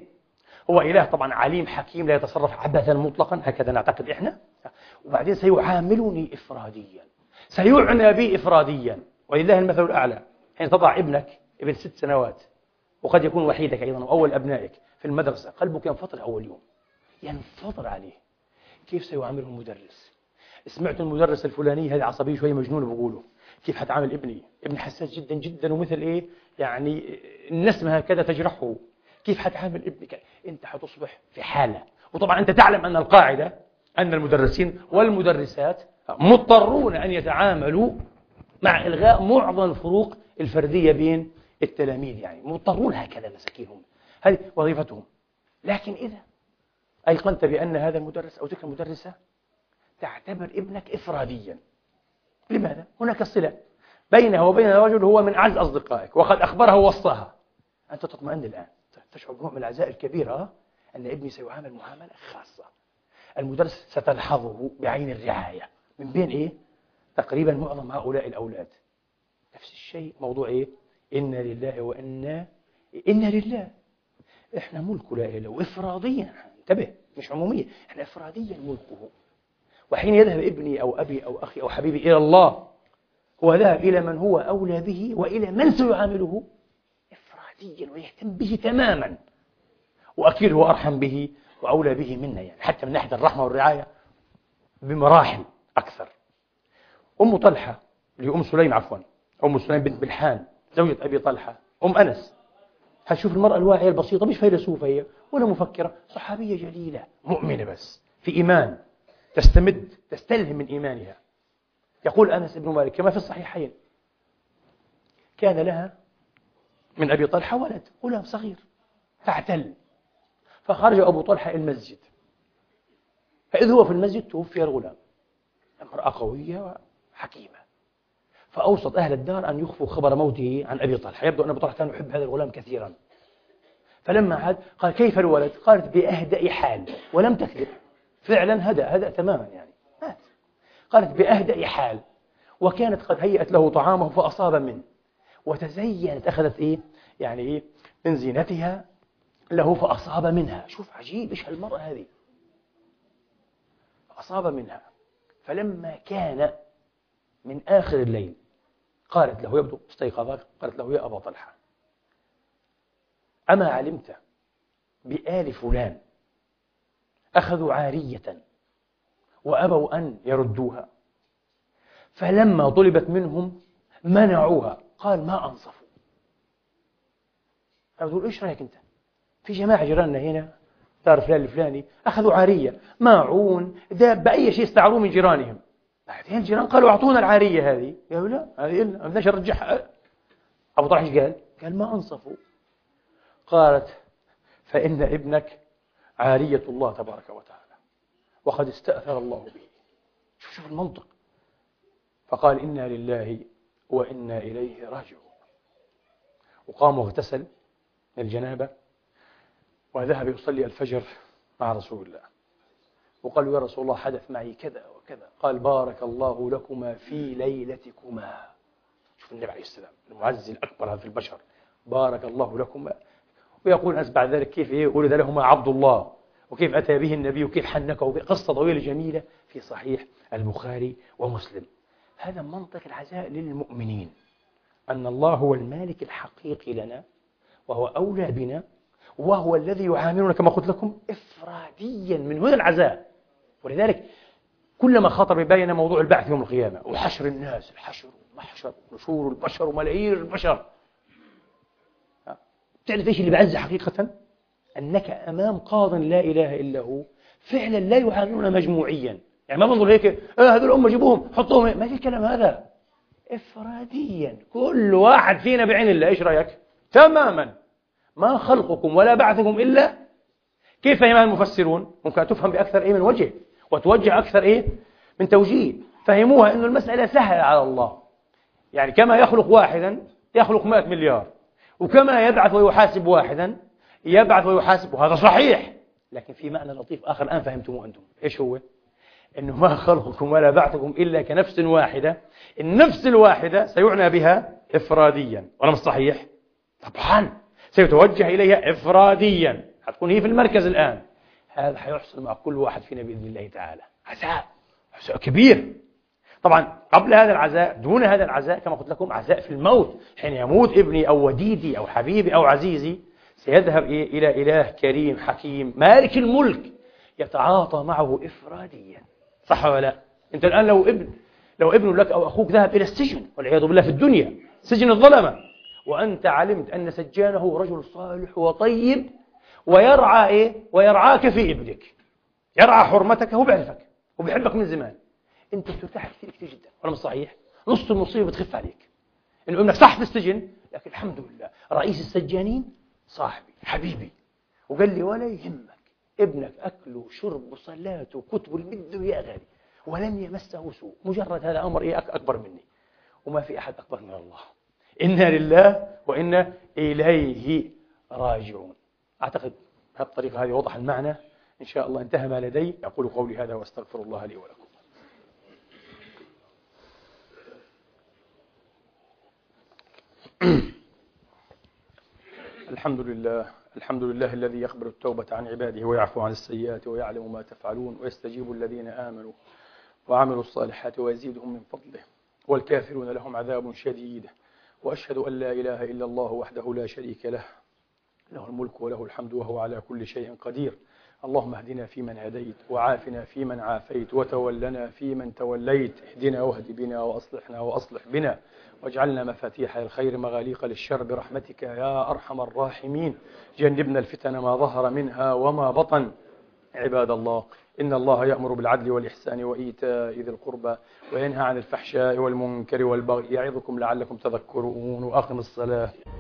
هو إله طبعا عليم حكيم لا يتصرف عبثا مطلقا، هكذا نعتقد إحنا. وبعدين سيعاملني إفراديا، سيعنى بي إفراديا. ولله المثل الأعلى، حين تضع ابنك ابن 6 سنوات، وقد يكون وحيدك أيضا وأول أبنائك في المدرسة، قلبك ينفطر أول يوم، ينفطر عليه. كيف سيعامله المدرس؟ سمعت المدرس الفلاني هذا عصبي شوي مجنون بقوله، كيف حتعامل ابني؟ ابن حساس جدا جدا، ومثل إيه يعني النسمة هكذا تجرحه. كيف حتعامل ابنك؟ أنت حتصبح في حالة. وطبعا أنت تعلم أن القاعدة أن المدرسين والمدرسات مضطرون أن يتعاملوا مع إلغاء معظم الفروق الفردية بين التلاميذ، يعني مضطرون هكذا، مساكينهم، هذه وظيفتهم. لكن إذا أيقنت بأن هذا المدرس أو تلك المدرسة تعتبر ابنك إفراديا، لماذا؟ هناك صلة بينه وبين الرجل هو من أعز أصدقائك وقد أخبره ووصاها، أنت تطمئن الآن، تشعر بنوع من العزاء الكبيرة أن ابني سيعامل معاملة خاصة. المدرس ستلحظه بعين الرعاية من بين إيه؟ تقريبا معظم هؤلاء الأولاد. نفس الشيء موضوع إيه؟ إنا لله وإنا لله. إحنا ملك لا إله، وإفراديا، انتبه، مش عمومية، إحنا إفراديا ملكه. وحين يذهب ابني أو أبي أو أخي أو حبيبي إلى الله، هو ذهب إلى من هو أولى به وإلى من سيعامله إفراديا ويهتم به تماما، وأكيد هو أرحم به وأولى به منا، يعني حتى من ناحية الرحمة والرعاية بمراحل أكثر. أم طلحة أم سليم أم سليم بنت بلحان زوجة أبي طلحة، أم أنس، هتشوف المرأة الواعية البسيطة، مش فيلسوفة هي ولا مفكرة، صحابية جليلة مؤمنة بس في إيمان، تستلهم من إيمانها. يقول أنس بن مالك كما في الصحيحين، كان لها من أبي طلحة ولد، غلام صغير فاعتل، فخرج أبو طلحة إلى المسجد، فإذ هو في المسجد توفي الغلام. امرأة قوية وحكيمة، فأوصت أهل الدار أن يخفوا خبر موته عن أبي طلحة. يبدو أن أبو طلحة كان يحب هذا الغلام كثيرا. فلما عاد قال كيف الولد؟ قالت بأهدأ حال، ولم تكذب، فعلا هدأ تماما، يعني مات. قالت بأهدأ حال، وكانت قد هيأت له طعامه فأصاب منه، وتزينت، أخذت إيه يعني إيه من زينتها له فأصاب منها. شوف عجيب إيش هالمرأة هذه، أصاب منها. فلما كان من آخر الليل قالت له، يبدو استيقظ، قالت له يا أبا طلحة، أما علمت بآل فلان أخذوا عارية وأبوا أن يردوها، فلما طلبت منهم منعوها. قال ما أنصفوا. أقول إيش رأيك أنت؟ في جماعة جيراننا هنا دار فلان الفلاني أخذوا عارية، ماعون، دابة، أي شيء استعروه من جيرانهم. بعدين الجيران قالوا أعطونا العارية هذه. قالوا لا، هذه إلنا، ما بدناش نرجعها. أبو طلحة إيش قال؟ قال ما أنصفوا. قالت فإن ابنك عارية الله تبارك وتعالى وقد استأثر الله به. شوف المنطق. فقال إنا لله وإنا إليه راجعون، وقام واغتسل من الجنابة وذهب يصلي الفجر مع رسول الله، وقال يا رسول الله حدث معي كذا وكذا. قال بارك الله لكما في ليلتكما. شوف النبي عليه السلام المعز الأكبر في البشر، بارك الله لكما. ويقول أنس بعد ذلك كيف ولد لهما عبد الله وكيف أتى به النبي وكيف حنكه بقصة طويلة جميلة في صحيح البخاري ومسلم. هذا منطق العزاء للمؤمنين، أن الله هو المالك الحقيقي لنا، وهو أولى بنا، وهو الذي يعاملنا كما قلت لكم إفراديا. من هنا العزاء. ولذلك كلما خاطر ببالنا موضوع البعث يوم القيامة وحشر الناس، الحشر والمحشر ونشور البشر وملايير البشر، تعرف إيش اللي بعز حقيقة؟ أنك أمام قاض لا إله إلا هو، فعلا لا يعاملون مجموعيا. يعني ما بنظر هيك هذول الأمة جيبوهم حطوهم، ما في كلام هذا. إفراديا، كل واحد فينا بعين الله. إيش رأيك؟ تماما. ما خلقكم ولا بعثكم إلا كيف فهمها المفسرون؟ ممكن تفهم بأكثر من وجه وتوجه أكثر من توجيه. فهموها أن المسألة سهلة على الله، يعني كما يخلق واحدا يخلق 100 مليار، وكما يبعث ويحاسب واحدا يبعث ويحاسب، وهذا صحيح. لكن في معنى لطيف آخر الآن فهمتموه أنتم. إيش هو؟ إنه ما خلقكم ولا بعثكم إلا كنفس واحدة. النفس الواحدة سيعنى بها إفراديا، ولا مش صحيح؟ طبعا سيتوجه إليها إفراديا، حتكون هي في المركز الآن. هذا حيحصل مع كل واحد فينا بإذن الله تعالى. عزاء كبير. طبعا قبل هذا العزاء، دون هذا العزاء كما قلت لكم، عزاء في الموت. حين يموت ابني أو وديدي أو حبيبي أو عزيزي، سيذهب إلى إله كريم حكيم مالك الملك يتعاطى معه إفراديا. صح ولا لا؟ أنت الآن لو ابن لك أو أخوك ذهب إلى السجن والعياذ بالله في الدنيا، سجن الظلمة، وأنت علمت أن سجانه رجل صالح وطيب ويرعاك في ابنك، يرعى حرمتك، هو بيعرفك وبيحبك من زمان، أنت بترتاح كثير كثير جدا. ولا مش صحيح؟ نص المصيبة بتخف عليك إنه ابنك صح في السجن، لكن الحمد لله رئيس السجانين صاحبي حبيبي، وقال لي ولا يهمك، ابنك أكله وشرب وصلاته وكتبه اللي بده يا غالي، ولن يمسه سوء. مجرد هذا أمر أكبر مني، وما في أحد أكبر من الله. إنا لله وإنا إليه راجعون. أعتقد بهالطريقة هذه وضح المعنى. إن شاء الله انتهى ما لدي. أقول قولي هذا وأستغفر الله لي ولكم. الحمد لله الذي يقبل التوبة عن عباده ويعفو عن السيئات ويعلم ما تفعلون ويستجيب الذين آمنوا وعملوا الصالحات ويزيدهم من فضله، والكافرون لهم عذاب شديد. وأشهد أن لا إله إلا الله وحده لا شريك له، له الملك وله الحمد وهو على كل شيء قدير. اللهم اهدنا فيمن هديت، وعافنا فيمن عافيت، وتولنا فيمن توليت. اهدنا واهد بنا وأصلحنا وأصلح بنا، واجعلنا مفاتيح الخير مغاليق للشر برحمتك يا أرحم الراحمين. جنبنا الفتن ما ظهر منها وما بطن. عباد الله، إن الله يأمر بالعدل والإحسان وإيتاء ذي القربى وينهى عن الفحشاء والمنكر والبغي، يعظكم لعلكم تذكرون. وأقم الصلاة.